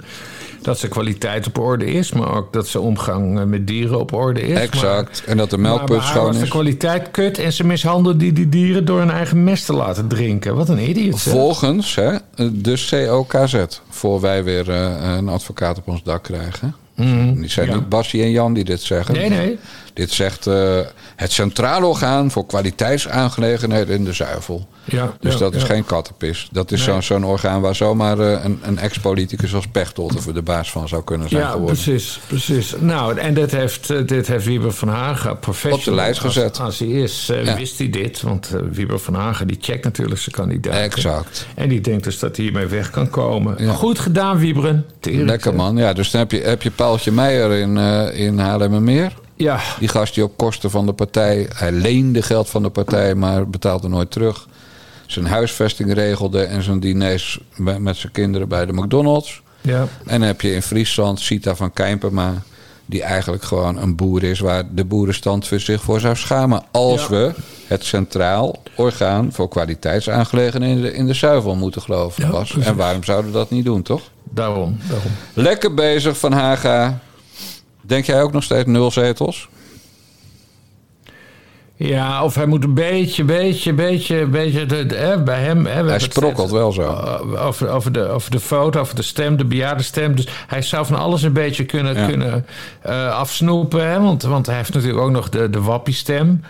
dat ze kwaliteit op orde is, maar ook dat ze omgang met dieren op orde is. Exact. En dat de melkput schoon is. De kwaliteit kut en ze mishandelen die dieren door hun eigen mest te laten drinken. Wat een idiot. Volgens de COKZ. Voor wij weer een advocaat op ons dak krijgen. Die zijn niet Bassie en Jan die dit zeggen. Nee. Dit zegt het Centraal Orgaan voor Kwaliteitsaangelegenheden in de Zuivel. Ja, dus dat is geen kattenpis. Dat is zo'n orgaan waar zomaar een ex-politicus als Pechtold of de baas van zou kunnen zijn geworden. Precies. Nou, en dit heeft Wiebe van Hagen professional op de lijst gezet. Als hij is, wist hij dit. Want Wiebe van Hagen die checkt natuurlijk zijn kandidaat. Exact. En die denkt dus dat hij hiermee weg kan komen. Ja. Goed gedaan, Wieberen. Lekker man. Ja, dus dan heb je Paaltje Meijer in Haarlemmermeer. Ja. Die gast die op kosten van de partij... Hij leende geld van de partij, maar betaalde nooit terug. Zijn huisvesting regelde en zijn diners met zijn kinderen bij de McDonald's. Ja. En dan heb je in Friesland Sita van Kijperma... die eigenlijk gewoon een boer is... waar de boerenstand zich voor zou schamen... als we het Centraal Orgaan voor Kwaliteitsaangelegenheden in de Zuivel moeten geloven. Ja, Bas. En waarom zouden we dat niet doen, toch? Daarom. Lekker bezig, Van Haga. Denk jij ook nog steeds 0 zetels? Ja, of hij moet een beetje bij hem... Hij sprokkelt wel zo. Over de foto, over de stem, de bejaardenstem. Dus hij zou van alles een beetje kunnen afsnoepen. Hè? Want hij heeft natuurlijk ook nog de wappiestem.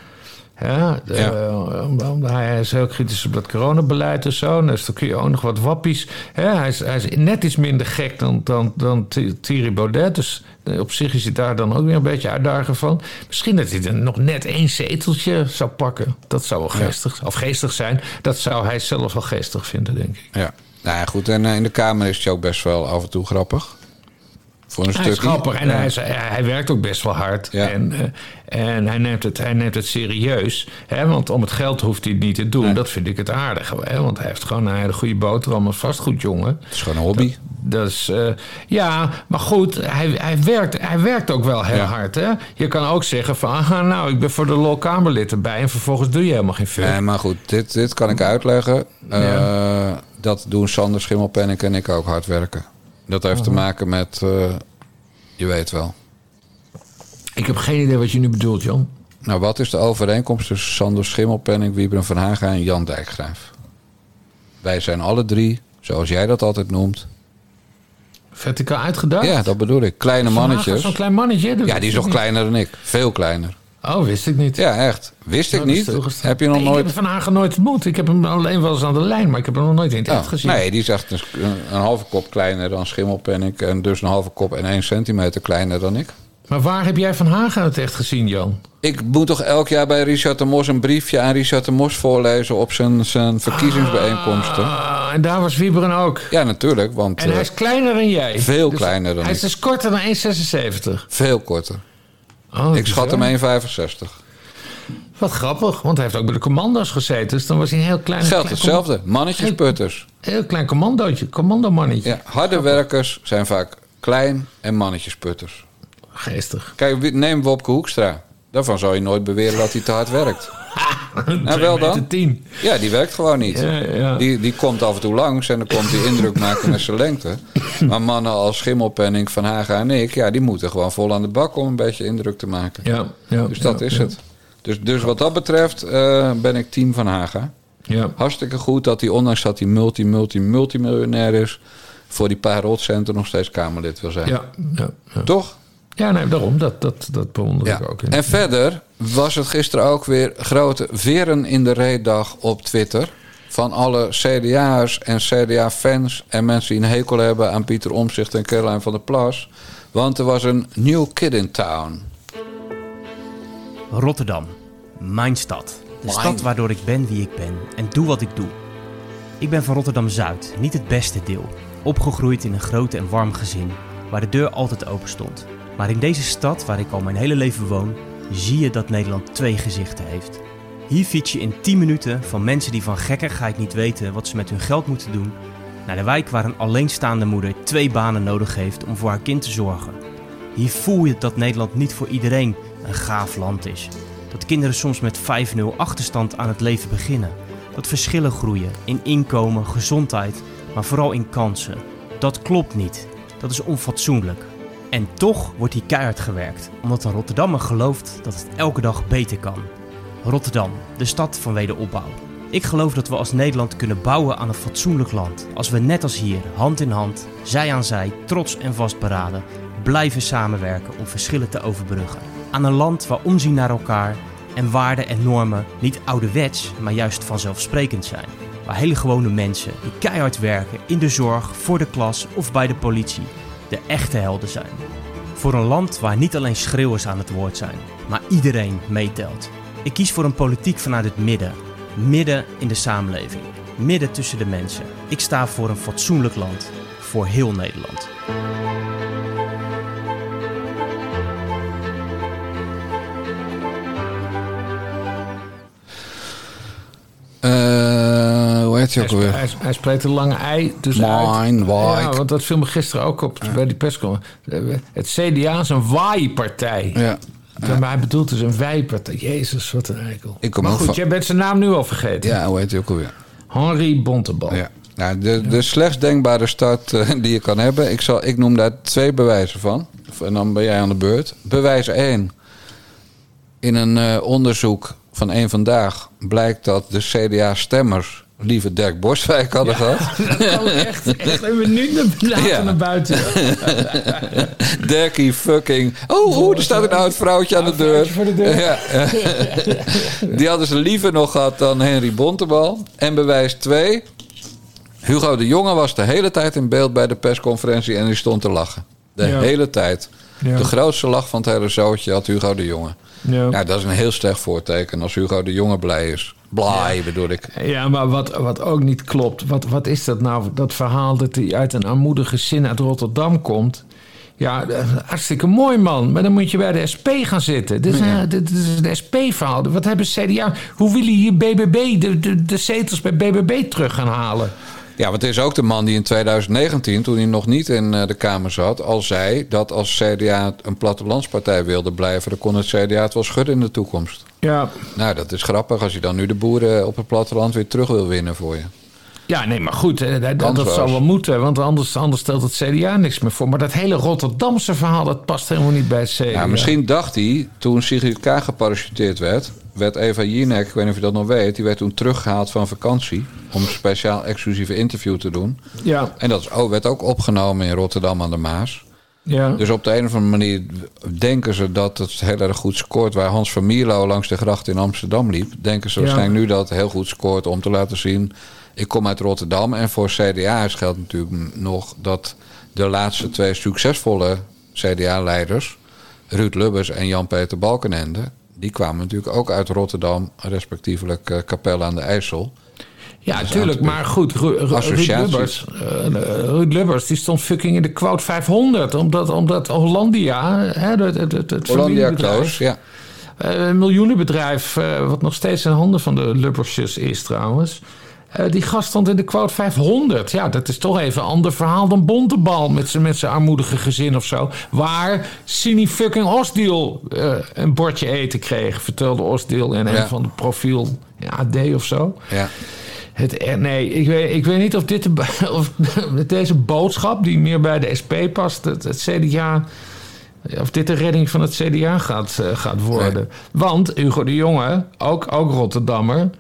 Hij is heel kritisch op dat coronabeleid en zo. Dus dan kun je ook nog wat wappies. Hij is net iets minder gek dan Thierry Baudet. Dus op zich is hij daar dan ook weer een beetje uitdager van. Misschien dat hij er nog net 1 zeteltje zou pakken. Dat zou wel geestig zijn. Dat zou hij zelf wel geestig vinden, denk ik. Ja, nou ja, goed. En in de Kamer is hij ook best wel af en toe grappig. Voor een hij is grappig en hij werkt ook best wel hard. Ja. En hij neemt het serieus. Hè? Want om het geld hoeft hij het niet te doen. Nee. Dat vind ik het aardige. Hè? Want hij heeft gewoon een hele goede boterham als vastgoedjongen. Het is gewoon een hobby. Dat is, maar goed, hij werkt ook wel heel hard. Hè? Je kan ook zeggen van... ik ben voor de lol Kamerlid erbij... en vervolgens doe je helemaal geen fuck. Nee, maar goed, dit kan ik uitleggen. Dat doen Sander Schimmelpenninck en ik ook hard werken. Dat heeft te maken met... je weet wel. Ik heb geen idee wat je nu bedoelt, Jan. Nou, wat is de overeenkomst tussen Sander Schimmelpenninck, Wiebren van Haga en Jan Dijkgraaf? Wij zijn alle 3, zoals jij dat altijd noemt... verticaal uitgedacht? Ja, dat bedoel ik. Kleine mannetjes. Zo'n klein mannetje? Ja, die is nog kleiner dan ik. Veel kleiner. Oh, wist ik niet. Ja, echt. Wist ik niet. Heb je nog nooit... Ik heb Van Hagen nooit ontmoet. Ik heb hem alleen wel eens aan de lijn, maar ik heb hem nog nooit in het echt gezien. Nee, die is echt een halve kop kleiner dan Schimmelpenninck. En dus een halve kop en 1 centimeter kleiner dan ik. Maar waar heb jij Van Hagen het echt gezien, Jan? Ik moet toch elk jaar bij Richard de Mos een briefje aan Richard de Mos voorlezen op zijn verkiezingsbijeenkomsten. En daar was Wieberen ook? Ja, natuurlijk. Want, en hij is kleiner dan jij? Veel kleiner dan hij is dus korter dan 1,76? Veel korter. Ik schat hem 1,65. Wat grappig, want hij heeft ook bij de commando's gezeten. Dus dan was hij een heel klein... Geldt hetzelfde. Mannetjesputters. Heel klein commandomannetje. Ja, harde werkers zijn vaak klein en mannetjesputters. Geestig. Kijk, neem Wopke Hoekstra. Daarvan zou je nooit beweren dat hij te hard werkt. Nou, wel dan? 10. Ja, die werkt gewoon niet. Ja. Die komt af en toe langs en dan komt hij indruk maken met zijn lengte. Maar mannen als Schimmelpenninck, Van Haga en ik... ja, die moeten gewoon vol aan de bak om een beetje indruk te maken. Ja, dus dat is het. Dus wat dat betreft ben ik team Van Haga. Ja. Hartstikke goed dat hij, ondanks dat hij multimiljonair is... voor die paar rotcenten nog steeds Kamerlid wil zijn. Ja. Toch? Ja, nee, daarom. Dat bewonder ik ook. En verder was het gisteren ook weer grote veren in de reetdag op Twitter... van alle CDA'ers en CDA-fans en mensen die een hekel hebben... aan Pieter Omtzigt en Caroline van der Plas. Want er was een new kid in town. Rotterdam, mijn stad. De stad waardoor ik ben wie ik ben en doe wat ik doe. Ik ben van Rotterdam-Zuid, niet het beste deel. Opgegroeid in een groot en warm gezin, waar de deur altijd open stond. Maar in deze stad, waar ik al mijn hele leven woon, zie je dat Nederland 2 gezichten heeft. Hier fiets je in 10 minuten van mensen die van gekkigheid niet weten wat ze met hun geld moeten doen, naar de wijk waar een alleenstaande moeder 2 banen nodig heeft om voor haar kind te zorgen. Hier voel je dat Nederland niet voor iedereen een gaaf land is. Dat kinderen soms met 5-0 achterstand aan het leven beginnen. Dat verschillen groeien in inkomen, gezondheid, maar vooral in kansen. Dat klopt niet. Dat is onfatsoenlijk. En toch wordt hier keihard gewerkt, omdat een Rotterdammer gelooft dat het elke dag beter kan. Rotterdam, de stad van wederopbouw. Ik geloof dat we als Nederland kunnen bouwen aan een fatsoenlijk land. Als we net als hier, hand in hand, zij aan zij, trots en vastberaden, blijven samenwerken om verschillen te overbruggen. Aan een land waar omzien naar elkaar en waarden en normen niet ouderwets, maar juist vanzelfsprekend zijn. Waar hele gewone mensen die keihard werken in de zorg, voor de klas of bij de politie de echte helden zijn. Voor een land waar niet alleen schreeuwers aan het woord zijn, maar iedereen meetelt. Ik kies voor een politiek vanuit het midden. Midden in de samenleving. Midden tussen de mensen. Ik sta voor een fatsoenlijk land. Voor heel Nederland. Hoe heet hij ook alweer? Hij spreekt een lange ei dus uit. Ja, want dat viel me gisteren ook op bij die persconferentie. Het CDA is een waaipartij. Ja. Maar hij bedoelt dus een wijpartij. Jezus, wat een eikel. Maar goed, jij bent zijn naam nu al vergeten. Ja, hoe heet hij ook alweer? Henri Bontebal. Ja. Nou, de slechtst denkbare start die je kan hebben. Ik noem daar 2 bewijzen van. En dan ben jij aan de beurt. Bewijs 1. In een onderzoek van Eén Vandaag blijkt dat de CDA-stemmers liever Dirk Boswijk hadden gehad. Dat kwam echt een minuut naar buiten. Dirkie fucking... er staat een oud vrouwtje aan de deur. Voor de deur. Ja. Die hadden ze liever nog gehad dan Henri Bontebal. En bewijs 2... Hugo de Jonge was de hele tijd in beeld bij de persconferentie en die stond te lachen. De hele tijd. Ja. De grootste lach van het hele zootje had Hugo de Jonge. Ja. Nou, dat is een heel slecht voorteken als Hugo de Jonge blij is. Blij bedoel ik. Ja, maar wat ook niet klopt. Wat is dat nou? Dat verhaal dat hij uit een armoedig gezin uit Rotterdam komt. Ja, hartstikke mooi man. Maar dan moet je bij de SP gaan zitten. Dit is een SP-verhaal. Wat hebben CDA? Hoe willen hier BBB de zetels bij BBB terug gaan halen? Ja, want het is ook de man die in 2019, toen hij nog niet in de Kamer zat, al zei dat als CDA een plattelandspartij wilde blijven, dan kon het CDA het wel schudden in de toekomst. Ja. Nou, dat is grappig als je dan nu de boeren op het platteland weer terug wil winnen voor je. Ja, nee, maar goed, dat zou wel moeten, want anders stelt het CDA niks meer voor. Maar dat hele Rotterdamse verhaal, dat past helemaal niet bij het CDA. Ja, misschien dacht hij, toen Sigrid Kaag geparachuteerd werd Eva Jinek, ik weet niet of je dat nog weet, die werd toen teruggehaald van vakantie om een speciaal exclusieve interview te doen. Ja. En dat werd ook opgenomen in Rotterdam aan de Maas. Ja. Dus op de een of andere manier denken ze dat het heel erg goed scoort. Waar Hans van Mierlo langs de gracht in Amsterdam liep, denken ze waarschijnlijk nu dat het heel goed scoort om te laten zien, ik kom uit Rotterdam. En voor CDA's geldt natuurlijk nog dat de laatste 2 succesvolle CDA-leiders, Ruud Lubbers en Jan-Peter Balkenende, die kwamen natuurlijk ook uit Rotterdam, respectievelijk Capelle aan de IJssel. Ja, natuurlijk, maar goed, Ruud Lubbers die stond fucking in de quote 500, omdat Hollandia, het familiebedrijf, ja. Een miljoenenbedrijf, wat nog steeds in handen van de Lubbersjes is trouwens. Die gast stond in de quote 500. Ja, dat is toch even een ander verhaal dan Bontebal met zijn armoedige gezin of zo. Waar Sini fucking Osdeel een bordje eten kreeg. Vertelde Osdeel in een van de profiel AD of zo. Ja. Ik weet niet of deze boodschap, die meer bij de SP past, het CDA... Of dit de redding van het CDA gaat worden. Nee. Want Hugo de Jonge, ook Rotterdammer...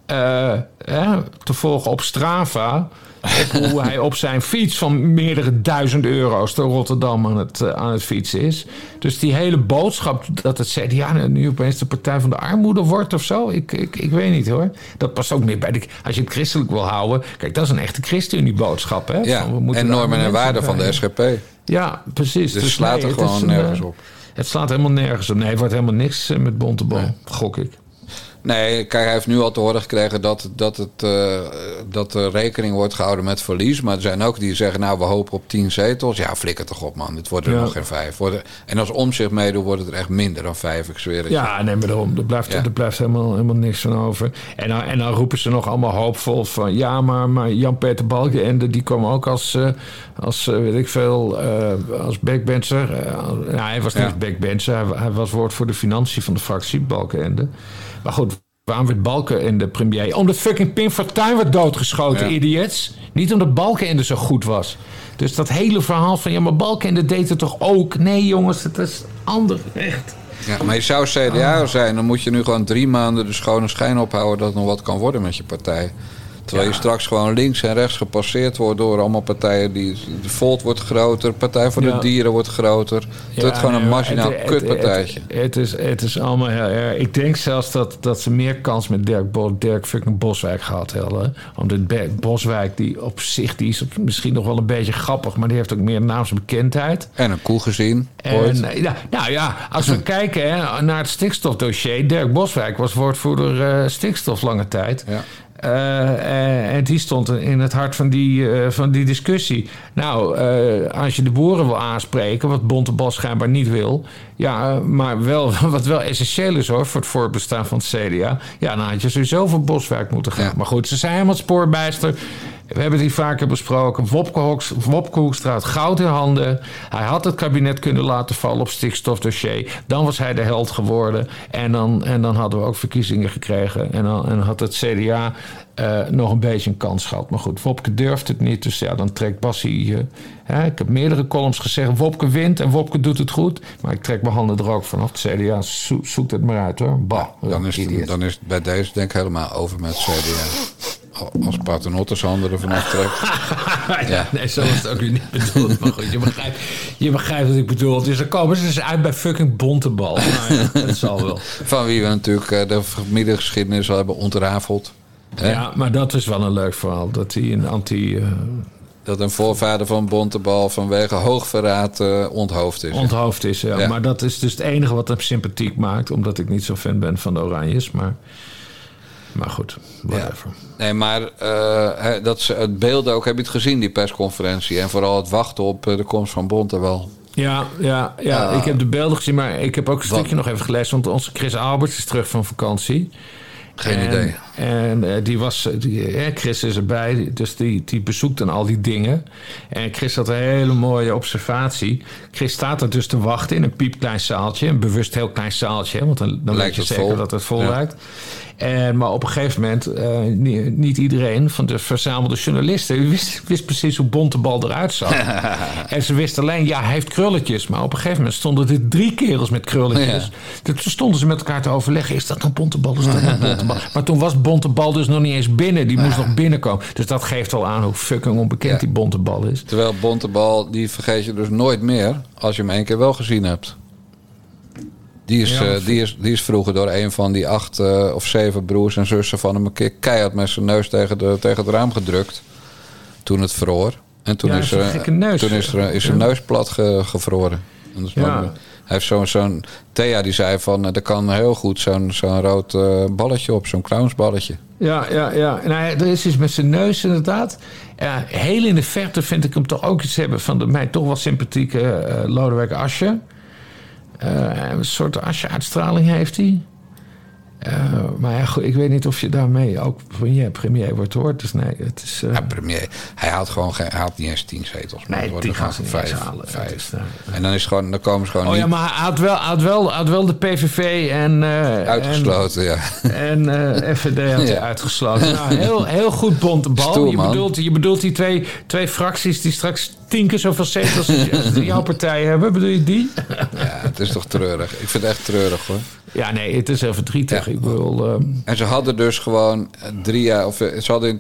te volgen op Strava... hoe hij op zijn fiets van meerdere duizend euro's... door Rotterdam aan het fietsen is. Dus die hele boodschap dat het CDA nu opeens de Partij van de Armoede wordt of zo... Ik weet niet hoor. Dat past ook meer bij als je het christelijk wil houden... Kijk, dat is een echte ChristenUnie-boodschap. Hè? Ja, en normen en waarden van de SGP. Ja, precies. Dus slaat er gewoon nergens op. Het slaat helemaal nergens op. Nee, het wordt helemaal niks met Bontebal, gok ik. Nee, kijk, hij heeft nu al te horen gekregen dat er rekening wordt gehouden met verlies. Maar er zijn ook die zeggen, nou, we hopen op 10 zetels. Ja, flikker toch op, man. Het worden er nog geen 5. En als Omtzigt meedoet, wordt het er echt minder dan 5, ik zweer het. Ja, nee, maar daarom. Er blijft helemaal niks van over. En dan roepen ze nog allemaal hoopvol van... Ja, maar Jan-Peter Balkenende, die kwam ook als weet ik veel, als backbencher. Hij was niet backbencher. Hij was woord voor de financiën van de fractie, Balkenende. Maar goed, waarom werd Balkenende premier? Omdat fucking Pim Fortuyn werd doodgeschoten, idiots. Niet omdat Balkenende zo goed was. Dus dat hele verhaal van... Ja, maar Balkenende deed het toch ook? Nee, jongens, het is anders, echt. Ja, maar je zou CDA zijn, dan moet je nu gewoon 3 maanden de schone schijn ophouden... dat het nog wat kan worden met je partij. Terwijl je straks gewoon links en rechts gepasseerd wordt door allemaal partijen. De Volt wordt groter, Partij voor de Dieren wordt groter. Het wordt gewoon een marginaal kutpartijtje. Het is allemaal heel erg. Ik denk zelfs dat ze meer kans met Dirk fucking Boswijk gehad hadden. Omdat Boswijk, die op zich, die is misschien nog wel een beetje grappig, maar die heeft ook meer naamsbekendheid. En een koe gezien. Als we kijken naar het stikstofdossier. Dirk Boswijk was woordvoerder stikstof lange tijd. Ja. En die stond in het hart van die discussie. Nou, als je de boeren wil aanspreken, wat Bontebal schijnbaar niet wil... Ja, maar wel, wat wel essentieel is hoor, voor het voortbestaan van het CDA... Ja, dan had je sowieso voor Boswijk moeten gaan. Ja. Maar goed, ze zijn helemaal spoorbijster. We hebben het hier vaker besproken. Wopke Hoekstra had goud in handen. Hij had het kabinet kunnen laten vallen op stikstofdossier. Dan was hij de held geworden. En dan hadden we ook verkiezingen gekregen. En had het CDA nog een beetje een kans gehad. Maar goed, Wopke durft het niet. Dus ja, dan trekt Bassie... ik heb meerdere columns gezegd. Wopke wint en Wopke doet het goed. Maar ik trek mijn handen er ook vanaf. Het CDA zoekt het maar uit hoor. Bah, dan is het bij deze denk ik helemaal over met het CDA. Als Paternotte zijn handen ervan aftrekt. Nee, zo is het ook niet bedoeld. Maar goed, je begrijpt wat ik bedoel. Dus dan komen ze dus uit bij fucking Bontebal. Nou, dat zal wel. Van wie we natuurlijk de familiegeschiedenis al hebben ontrafeld. Ja, maar dat is wel een leuk verhaal. Dat hij een dat een voorvader van Bontebal vanwege hoogverraad onthoofd is. Onthoofd is, ja. Maar dat is dus het enige wat hem sympathiek maakt. Omdat ik niet zo fan ben van de Oranjes. Maar goed, whatever. Ja. Nee, maar het beeld ook, heb je het gezien, die persconferentie? En vooral het wachten op de komst van Bontebal. Ja, ik heb de beelden gezien, maar ik heb ook een stukje nog even gelezen. Want onze Chris Alberts is terug van vakantie. Geen idee. En Chris is erbij, dus die bezoekt dan al die dingen. En Chris had een hele mooie observatie. Chris staat er dus te wachten in een piepklein zaaltje. Een bewust heel klein zaaltje, want dan weet je zeker dat het vol lijkt. Maar op een gegeven moment, niet iedereen van de verzamelde journalisten wist precies hoe Bontebal eruit zag. En ze wisten alleen, hij heeft krulletjes. Maar op een gegeven moment stonden er 3 kerels met krulletjes. Toen stonden ze met elkaar te overleggen, is dat nou Bontebal? Is dat nou Bontebal? Maar toen was Bontebal dus nog niet eens binnen. Die moest nog binnenkomen. Dus dat geeft al aan hoe fucking onbekend die Bontebal is. Terwijl Bontebal, die vergeet je dus nooit meer als je hem 1 keer wel gezien hebt. Die is vroeger door een van die 8 of 7 broers en zussen van hem een keer keihard met zijn neus tegen het raam gedrukt. Toen het vroor. En toen is zijn neus plat gevroren. Hij heeft zo'n Thea die zei van, er kan heel goed zo'n rood balletje op, zo'n clownsballetje. Ja. Nou, er is iets met zijn neus inderdaad. Heel in de verte vind ik hem toch ook iets hebben van de mij toch wel sympathieke Lodewijk Asscher. Een soort Asscher-uitstraling heeft hij. Maar ja, goed, ik weet niet of je daarmee ook premier wordt, hoor. Dus nee, het is... premier. Hij haalt niet eens 10 zetels. Nee, die gaan ze niet eens halen. 5. En dan komen ze gewoon niet... Ja, maar hij had wel de PVV en... uitgesloten, En FVD had hij uitgesloten. Nou, heel goed Bontebal. Stoer, je bedoelt die twee fracties die straks 10 keer zoveel zetels als jouw partij hebben. Bedoel je die? Ja, het is toch treurig. Ik vind het echt treurig, hoor. Ja, nee, het is heel verdrietig. Ja. Ik bedoel, En ze hadden dus gewoon 3 jaar... Of ze hadden in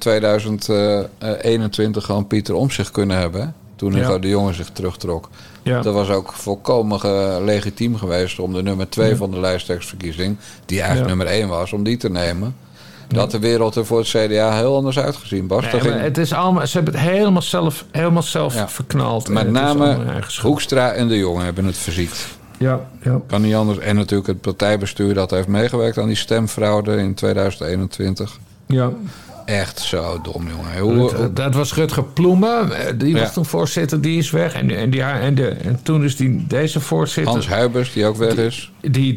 2021 gewoon Pieter Omtzigt kunnen hebben. Hè? Toen de jongen zich terugtrok. Ja. Dat was ook volkomen legitiem geweest om de nummer 2 van de lijsttrekkersverkiezing... die eigenlijk nummer 1 was, om die te nemen. Dat had de wereld er voor het CDA heel anders uitgezien, Bas. Nee, het is allemaal, ze hebben het helemaal zelf verknald. Met name Hoekstra en de Jonge hebben het verziekt. Ja. Kan niet anders. En natuurlijk het partijbestuur dat heeft meegewerkt aan die stemfraude in 2021. Ja. Echt zo dom, jongen. Dat was Rutger Ploemen. Die was toen voorzitter, die is weg. En toen is deze voorzitter... Hans Huibers, die ook weg is.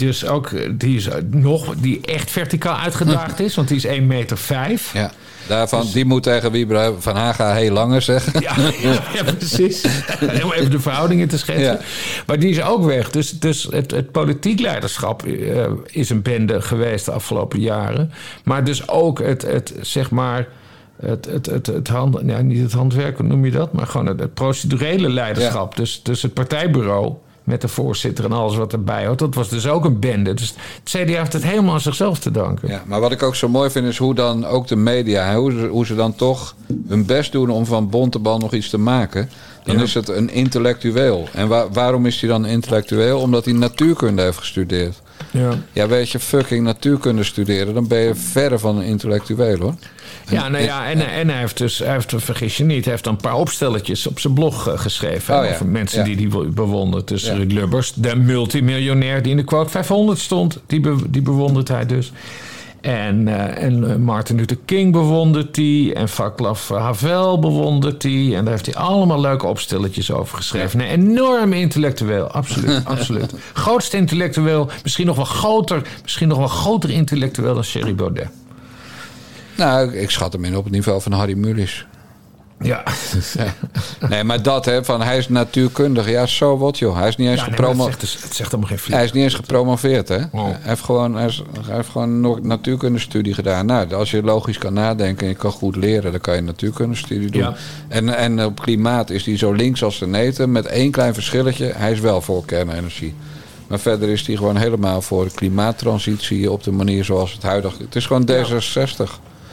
Die echt verticaal uitgedaagd is. Want die is 1,5 meter. Ja. Daarvan, die moet tegen Wiebe van Haga heel langer zeggen. Ja, precies. Om even de verhoudingen te schetsen. Ja. Maar die is ook weg. Dus het politiek leiderschap is een bende geweest de afgelopen jaren. Maar dus ook niet het handwerk, hoe noem je dat? Maar gewoon het procedurele leiderschap. Ja. Dus het partijbureau met de voorzitter en alles wat erbij hoort. Dat was dus ook een bende. Dus het CDA heeft het helemaal aan zichzelf te danken. Ja, maar wat ik ook zo mooi vind is hoe dan ook de media... hoe ze dan toch hun best doen om van Bontebal nog iets te maken. Dan is het een intellectueel. En waarom is hij dan intellectueel? Omdat hij natuurkunde heeft gestudeerd. Ja, weet je, fucking natuurkunde studeren... dan ben je verre van een intellectueel, hoor. En hij heeft, vergis je niet... hij heeft een paar opstelletjes op zijn blog geschreven... over mensen die hij bewondert. Dus Ruud Lubbers, de multimiljonair... die in de quote 500 stond, die bewondert hij dus... En Martin Luther King bewondert hij. En Václav Havel bewondert hij. En daar heeft hij allemaal leuke opstelletjes over geschreven. Een enorm intellectueel, absoluut. Grootste intellectueel, misschien nog wel groter intellectueel dan Thierry Baudet. Nou, ik schat hem in op het niveau van Harry Mulisch. Ja. Nee, maar hij is natuurkundig. Ja, zo wat, joh. Hij is niet eens gepromoveerd. Het zegt helemaal geen vlieg. Hij is niet eens gepromoveerd, hè. Oh. Hij heeft gewoon nog natuurkundestudie gedaan. Nou, als je logisch kan nadenken en je kan goed leren... dan kan je natuurkundestudie doen. Ja. En op klimaat is hij zo links als de neten... met 1 klein verschilletje. Hij is wel voor kernenergie. Maar verder is hij gewoon helemaal voor klimaattransitie... op de manier zoals het huidige... Het is gewoon D66...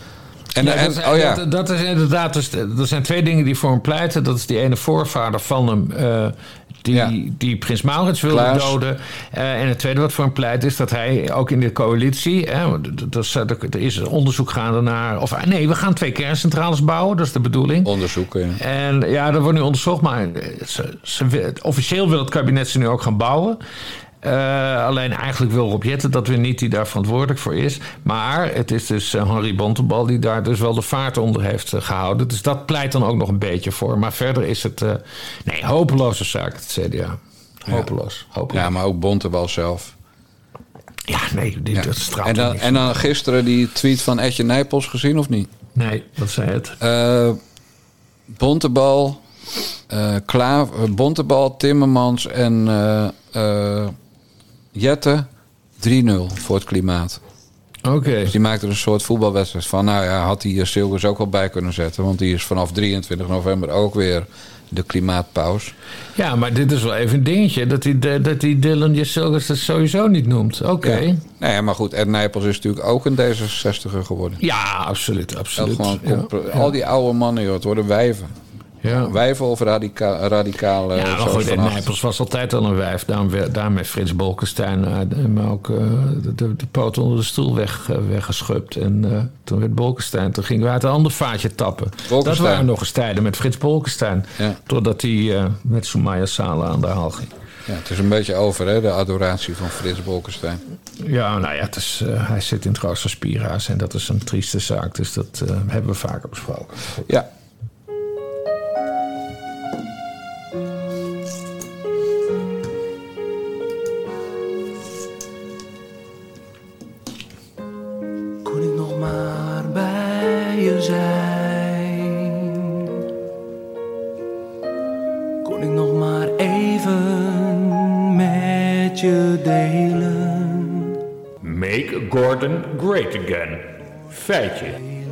Dat is inderdaad... Dus, er zijn 2 dingen die voor hem pleiten. Dat is die ene voorvader van hem... die Prins Maurits wilde doden. En het tweede wat voor hem pleit is dat hij ook in de coalitie... er is onderzoek gaande naar... we gaan 2 kerncentrales bouwen. Dat is de bedoeling. Onderzoeken, ja. En dat wordt nu onderzocht. Maar officieel wil het kabinet ze nu ook gaan bouwen. Alleen eigenlijk wil Rob Jetten dat weer niet die daar verantwoordelijk voor is. Maar het is dus Henri Bontebal die daar dus wel de vaart onder heeft gehouden. Dus dat pleit dan ook nog een beetje voor. Maar verder is het hopeloze zaak, het CDA. Hopeloos. Ja, maar ook Bontebal zelf. Ja, dat straalt en dan gisteren die tweet van Etje Nijpels gezien of niet? Nee, wat zei het? Bontebal, Timmermans en Jette 3-0 voor het klimaat. Oké. Dus die maakte er een soort voetbalwedstrijd van. Nou ja, had hij Silgers ook wel bij kunnen zetten. Want die is vanaf 23 november ook weer de klimaatpaus. Ja, maar dit is wel even een dingetje. Dat die Dylan Silgers dat sowieso niet noemt. Oké. Ja. Nee, maar goed, Ed Nijpels is natuurlijk ook een D66er geworden. Ja, absoluut. Al die oude mannen, joh, het worden wijven. Ja. Wijven of radicale... Ja, maar goed, Ed Nijpels was altijd al een wijf. Daarom heeft Frits Bolkestein hem ook de poot onder de stoel weggeschubt. En toen werd Bolkestein... Toen gingen we uit een ander vaatje tappen. Dat waren nog eens tijden met Frits Bolkestein. Ja. Totdat hij met Soumaya Sala aan de haal ging. Ja, het is een beetje over, hè, de adoratie van Frits Bolkestein. Ja, hij zit in het Rooster Spierhuis. En dat is een trieste zaak. Dus dat hebben we vaker besproken. Ja. zijn. Kon ik nog maar even met je delen. Make Gordon great again. Feitje.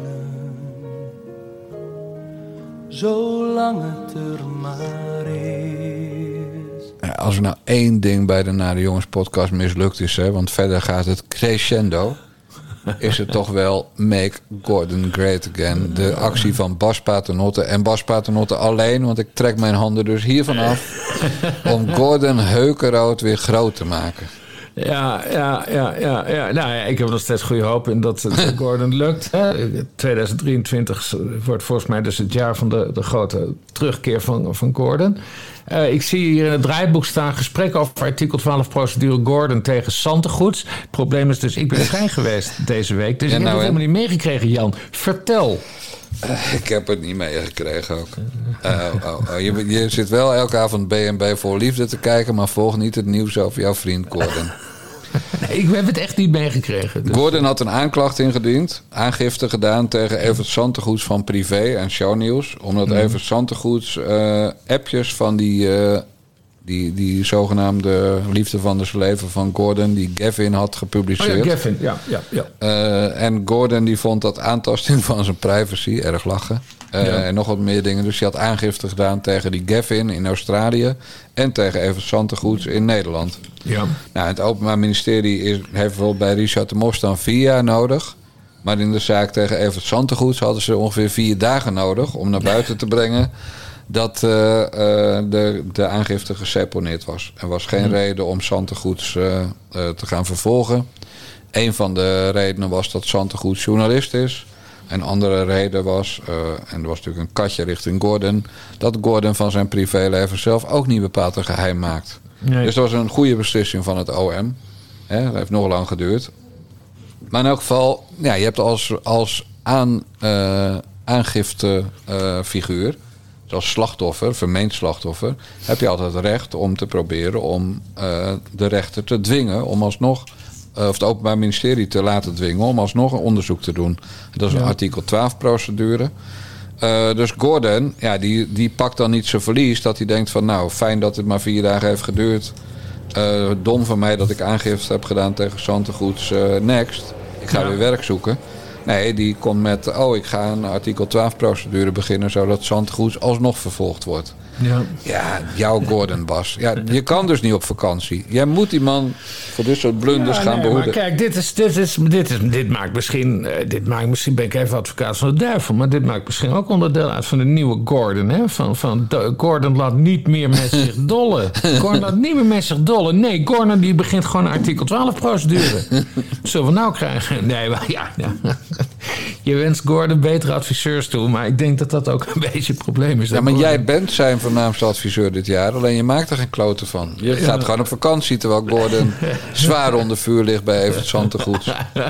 Zolang het er maar is. Ja, als er nou één ding bij de Nare Jongens podcast mislukt is, hè, want verder gaat het crescendo, is het toch wel Make Gordon Great Again. De actie van Bas Paternotte. En Bas Paternotte alleen, want ik trek mijn handen dus hiervan af, om Gordon Heukenrood weer groot te maken. Ja. Nou ja, ik heb nog steeds goede hoop in dat het Gordon lukt. 2023 wordt volgens mij dus het jaar van de grote terugkeer van Gordon. Ik zie hier in het draaiboek staan gesprek over artikel 12 procedure Gordon tegen Santegoeds. Het probleem is dus, ik ben vrij geweest deze week. Dus ik heb het helemaal niet meegekregen, Jan. Vertel. Ik heb het niet meegekregen ook. Je zit wel elke avond B&B voor liefde te kijken, maar volg niet het nieuws over jouw vriend Gordon. Nee, ik heb het echt niet meegekregen. Dus. Gordon had een aanklacht ingediend. Aangifte gedaan tegen Evert Santegoeds van Privé en Shownieuws. Omdat Evert Santegoeds appjes van die zogenaamde liefde van zijn leven van Gordon, die Gavin had gepubliceerd. Oh ja, Gavin, ja. En Gordon die vond dat aantasting van zijn privacy, erg lachen. En nog wat meer dingen. Dus hij had aangifte gedaan tegen die Gavin in Australië en tegen Evert Santegoeds in Nederland. Ja. Nou, het Openbaar Ministerie heeft bijvoorbeeld bij Richard de Mos dan 4 jaar nodig. Maar in de zaak tegen Evert Santegoeds hadden ze ongeveer 4 dagen nodig om naar buiten te brengen dat de aangifte geseponeerd was. Er was geen reden om Santegoeds te gaan vervolgen. Een van de redenen was dat Santegoeds journalist is. Een andere reden was, en er was natuurlijk een katje richting Gordon, dat Gordon van zijn privéleven zelf ook niet bepaald een geheim maakt. Nee. Dus dat was een goede beslissing van het OM. Dat heeft nog lang geduurd. Maar in elk geval, ja, je hebt als aangiftefiguur, als slachtoffer, vermeend slachtoffer, heb je altijd het recht om te proberen om de rechter te dwingen om alsnog, of het Openbaar Ministerie te laten dwingen om alsnog een onderzoek te doen. Dat is een artikel 12 procedure. Dus Gordon, ja, die pakt dan niet zijn verlies, dat hij denkt van nou, fijn dat het maar 4 dagen heeft geduurd. Dom van mij dat ik aangifte heb gedaan tegen Santegoeds, next. Ik ga weer werk zoeken. Nee, die komt met, ik ga een artikel 12 procedure beginnen, zodat Santegoeds alsnog vervolgd wordt. Ja, jouw Gordon, Bas. Ja, je kan dus niet op vakantie. Jij moet die man voor dit soort blunders gaan behoeden. Maar kijk, dit maakt misschien, ben ik even advocaat van de duivel, maar dit maakt misschien ook onderdeel uit van de nieuwe Gordon. Hè? Gordon laat niet meer met zich dollen. Gordon laat niet meer met zich dollen. Nee, Gordon die begint gewoon een artikel 12 procedure. Zullen we nou krijgen? Nee, maar ja. Je wenst Gordon betere adviseurs toe, maar ik denk dat dat ook een beetje het probleem is. Ja, maar jij bent zijn voornaamste adviseur dit jaar, alleen je maakt er geen kloten van. Je gaat gewoon op vakantie, terwijl Gordon zwaar onder vuur ligt bij Evert Santegoeds.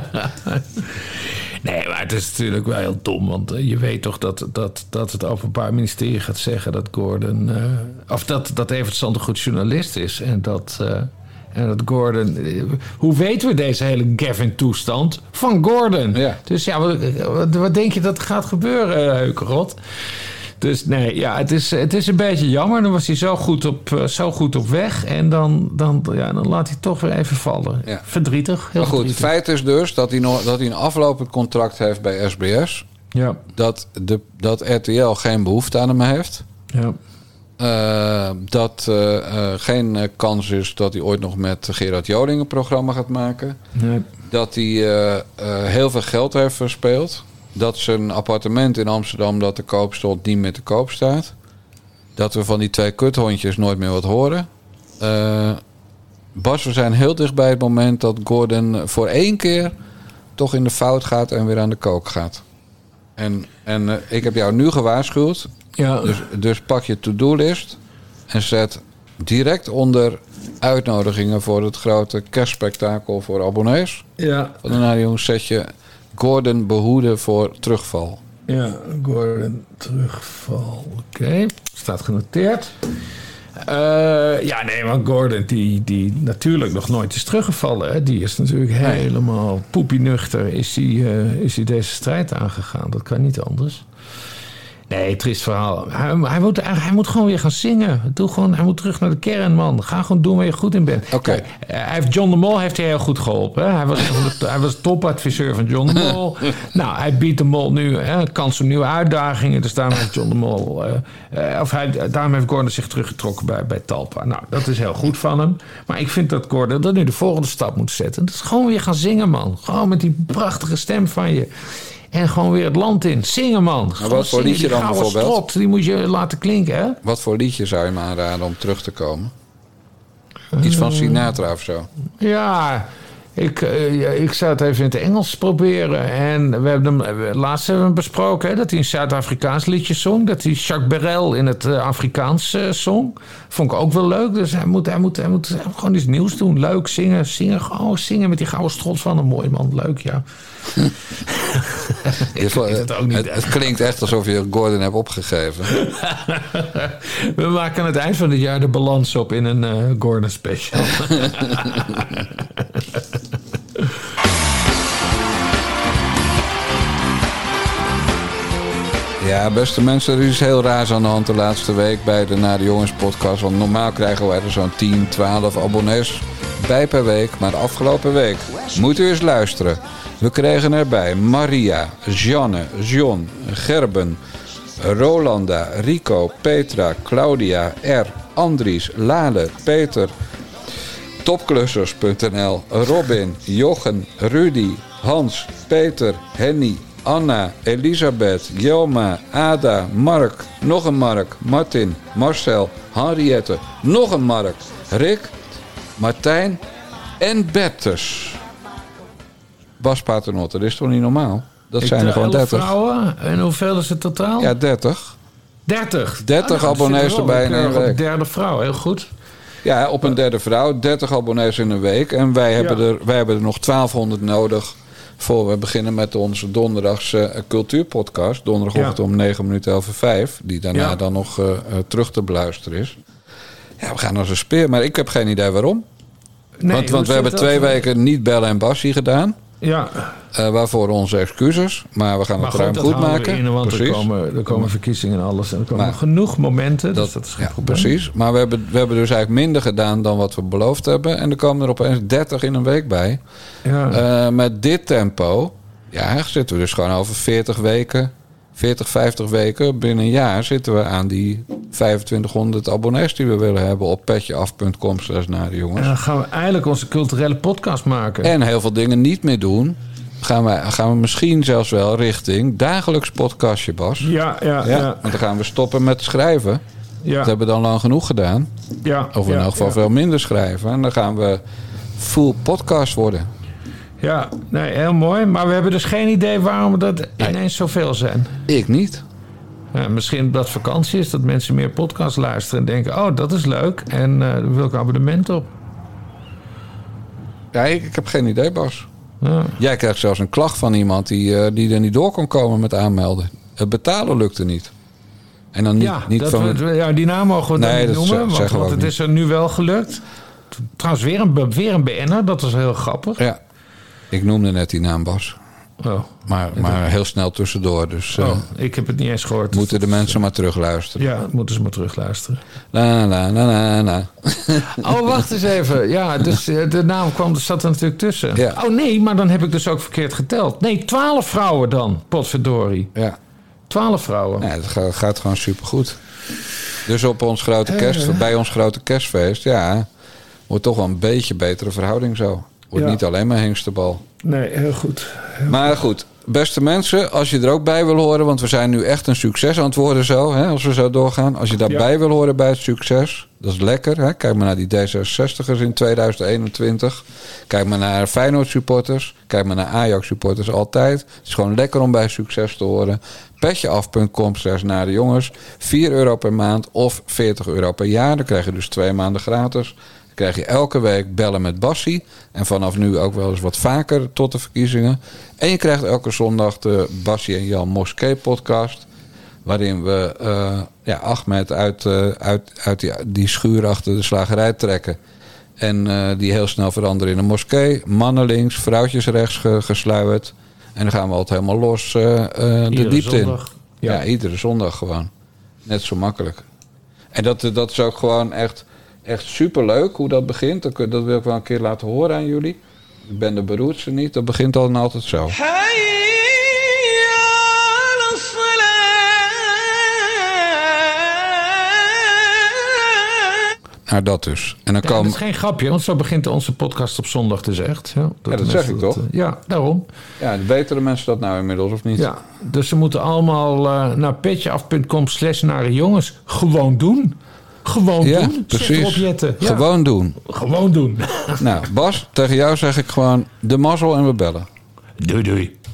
Nee, maar het is natuurlijk wel heel dom, want je weet toch dat het Openbaar Ministerie gaat zeggen dat Gordon, of dat Evert Santegoeds journalist is en dat Gordon. Hoe weten we deze hele Gavin-toestand? Van Gordon. Ja. Dus ja, wat denk je dat gaat gebeuren, Heukenrot? Dus nee, ja, het is een beetje jammer. Dan was hij zo goed op weg. En dan laat hij toch weer even vallen. Ja. Verdrietig. Heel maar goed, verdrietig. Het feit is dus dat hij een aflopend contract heeft bij SBS. Ja. Dat RTL geen behoefte aan hem heeft. Ja. Dat geen kans is dat hij ooit nog met Gerard Joling een programma gaat maken. Nee. Dat hij heel veel geld heeft verspeeld. Dat zijn appartement in Amsterdam dat te koop stond niet meer te koop staat. Dat we van die 2 kuthondjes nooit meer wat horen. Bas, we zijn heel dicht bij het moment dat Gordon voor 1 keer toch in de fout gaat en weer aan de kook gaat. En ik heb jou nu gewaarschuwd. Ja. Dus pak je to-do-list en zet direct onder uitnodigingen voor het grote kerstspektakel voor abonnees. Ja. Van de Nare Jongens zet je Gordon behoeden voor terugval. Ja, Gordon terugval. Oké, staat genoteerd. Maar Gordon, die natuurlijk nog nooit is teruggevallen. Hè? Die is natuurlijk helemaal poepienuchter. Is hij deze strijd aangegaan. Dat kan niet anders. Nee, triest verhaal. Hij moet gewoon weer gaan zingen. Hij moet terug naar de kern, man. Ga gewoon doen waar je goed in bent. Okay. Kijk, John de Mol heeft hij heel goed geholpen. Hè? Hij was topadviseur van John de Mol. Nou, hij biedt de Mol nu kans op nieuwe uitdagingen. Dus daarom heeft John de Mol... daarom heeft Gordon zich teruggetrokken bij Talpa. Nou, dat is heel goed van hem. Maar ik vind dat Gordon dat nu de volgende stap moet zetten. Dat is gewoon weer gaan zingen, man. Gewoon met die prachtige stem van je. En gewoon weer het land in. Zingen, man. Wat voor liedje dan bijvoorbeeld? Strot, die moet je laten klinken, hè? Wat voor liedje zou je me aanraden om terug te komen? Iets van Sinatra of zo? Ja, ik zou het even in het Engels proberen. En laatst hebben we besproken... Hè, dat hij een Zuid-Afrikaans liedje zong. Dat hij Jacques Brel in het Afrikaans zong. Vond ik ook wel leuk. Dus hij moet gewoon iets nieuws doen. Leuk zingen. Gewoon zingen met die gouden strot van hem. Mooi, man. Leuk, ja. Het klinkt echt alsof je Gordon hebt opgegeven. We maken aan het eind van het jaar de balans op in een Gordon special. Ja, beste mensen, er is heel raars aan de hand de laatste week bij de Naar de Jongens podcast. Want normaal krijgen wij er zo'n 10, 12 abonnees bij per week. Maar de afgelopen week moet u eens luisteren. We kregen erbij Maria, Jeanne, John, Gerben, Rolanda, Rico, Petra, Claudia, R, Andries, Lale, Peter, Topklussers.nl, Robin, Jochen, Rudy, Hans, Peter, Henny, Anna, Elisabeth, Jelma, Ada, Mark, nog een Mark, Martin, Marcel, Henriette, nog een Mark, Rick, Martijn en Bertus. Bas Paternotte, dat is toch niet normaal? Dat zijn er gewoon 30. Vrouwen. En hoeveel is het totaal? Ja, 30. 30 abonnees erbij in een week. Een derde vrouw, heel goed. Ja, op een derde vrouw. 30 abonnees in een week. En wij hebben er nog 1200 nodig voor we beginnen met onze donderdagse cultuurpodcast. Donderdagochtend om 5:09. Die daarna dan nog terug te beluisteren is. Ja, we gaan als een speer. Maar ik heb geen idee waarom. Nee, want we hebben 2 weken niet Bellen en Bassie gedaan. Ja. Waarvoor onze excuses. Maar we gaan het ruim goed maken. Want er komen verkiezingen en alles. En er komen genoeg momenten. Dus dat is geen probleem. Precies. Maar we hebben dus eigenlijk minder gedaan dan wat we beloofd hebben. En er komen er opeens 30 in een week bij. Ja. Met dit tempo. Ja, zitten we dus gewoon over 40 weken. 40, 50 weken. Binnen een jaar zitten we aan die 2500 abonnees die we willen hebben op petjeaf.com/nadejongens. En dan gaan we eigenlijk onze culturele podcast maken. En heel veel dingen niet meer doen. Gaan we misschien zelfs wel richting dagelijks podcastje, Bas. Ja. Want dan gaan we stoppen met schrijven. Ja. Dat hebben we dan lang genoeg gedaan. Ja. Of in elk geval veel minder schrijven. En dan gaan we full podcast worden. Ja, nee, heel mooi. Maar we hebben dus geen idee waarom dat ineens zoveel zijn. Ik niet. Ja, misschien dat vakantie is, dat mensen meer podcasts luisteren en denken... oh, dat is leuk en daar wil ik een abonnement op. Ja, ik heb geen idee, Bas. Ja. Jij krijgt zelfs een klacht van iemand die er niet door kon komen met aanmelden. Het betalen lukte niet. En dan die naam mogen we niet noemen, want het is er nu wel gelukt. Trouwens, weer een BN'er, dat was heel grappig. Ja, ik noemde net die naam, Bas. Oh. Maar heel snel tussendoor. Dus, ik heb het niet eens gehoord. Moeten de mensen maar terugluisteren. Ja, moeten ze maar terugluisteren. La. Oh, wacht eens even. Ja, dus de naam zat er natuurlijk tussen. Ja. Oh nee, maar dan heb ik dus ook verkeerd geteld. Nee, 12 vrouwen dan, potverdorie. Ja. 12 vrouwen. Ja, het gaat gewoon supergoed. Dus op ons bij ons grote kerstfeest, wordt toch wel een beetje betere verhouding zo. Wordt niet alleen maar hengstebal. Nee, heel goed. Maar goed, beste mensen, als je er ook bij wil horen... want we zijn nu echt een succes aan het worden zo, hè, als we zo doorgaan. Als je daarbij wil horen bij het succes, dat is lekker. Hè? Kijk maar naar die D66'ers in 2021. Kijk maar naar Feyenoord supporters. Kijk maar naar Ajax supporters altijd. Het is gewoon lekker om bij succes te horen. petjeaf.com/nadejongens. €4 per maand of €40 per jaar. Dan krijg je dus 2 maanden gratis. Krijg je elke week Bellen met Bassie. En vanaf nu ook wel eens wat vaker tot de verkiezingen. En je krijgt elke zondag de Bassie en Jan Moskee podcast. Waarin we Ahmed uit die schuur achter de slagerij trekken. En die heel snel veranderen in een moskee. Mannen links, vrouwtjes rechts gesluierd. En dan gaan we altijd helemaal los de diepte zondag. in. Ja, iedere zondag gewoon. Net zo makkelijk. En dat is ook gewoon echt superleuk hoe dat begint. Dat wil ik wel een keer laten horen aan jullie. Ik ben de beroerdste niet. Dat begint dan altijd zo. Nou, dat dus. En dan dat is geen grapje, want zo begint onze podcast op zondag dus echt. Ja, dat zeg ik toch? Ja, daarom. Ja, weten de mensen dat nou inmiddels of niet? Ja, dus ze moeten allemaal naar petjeaf.com/narejongens gewoon doen. Gewoon doen. Precies. Erop jetten. Ja. Gewoon doen. Gewoon doen. Nou, Bas, tegen jou zeg ik gewoon de mazzel en we bellen. Doei doei.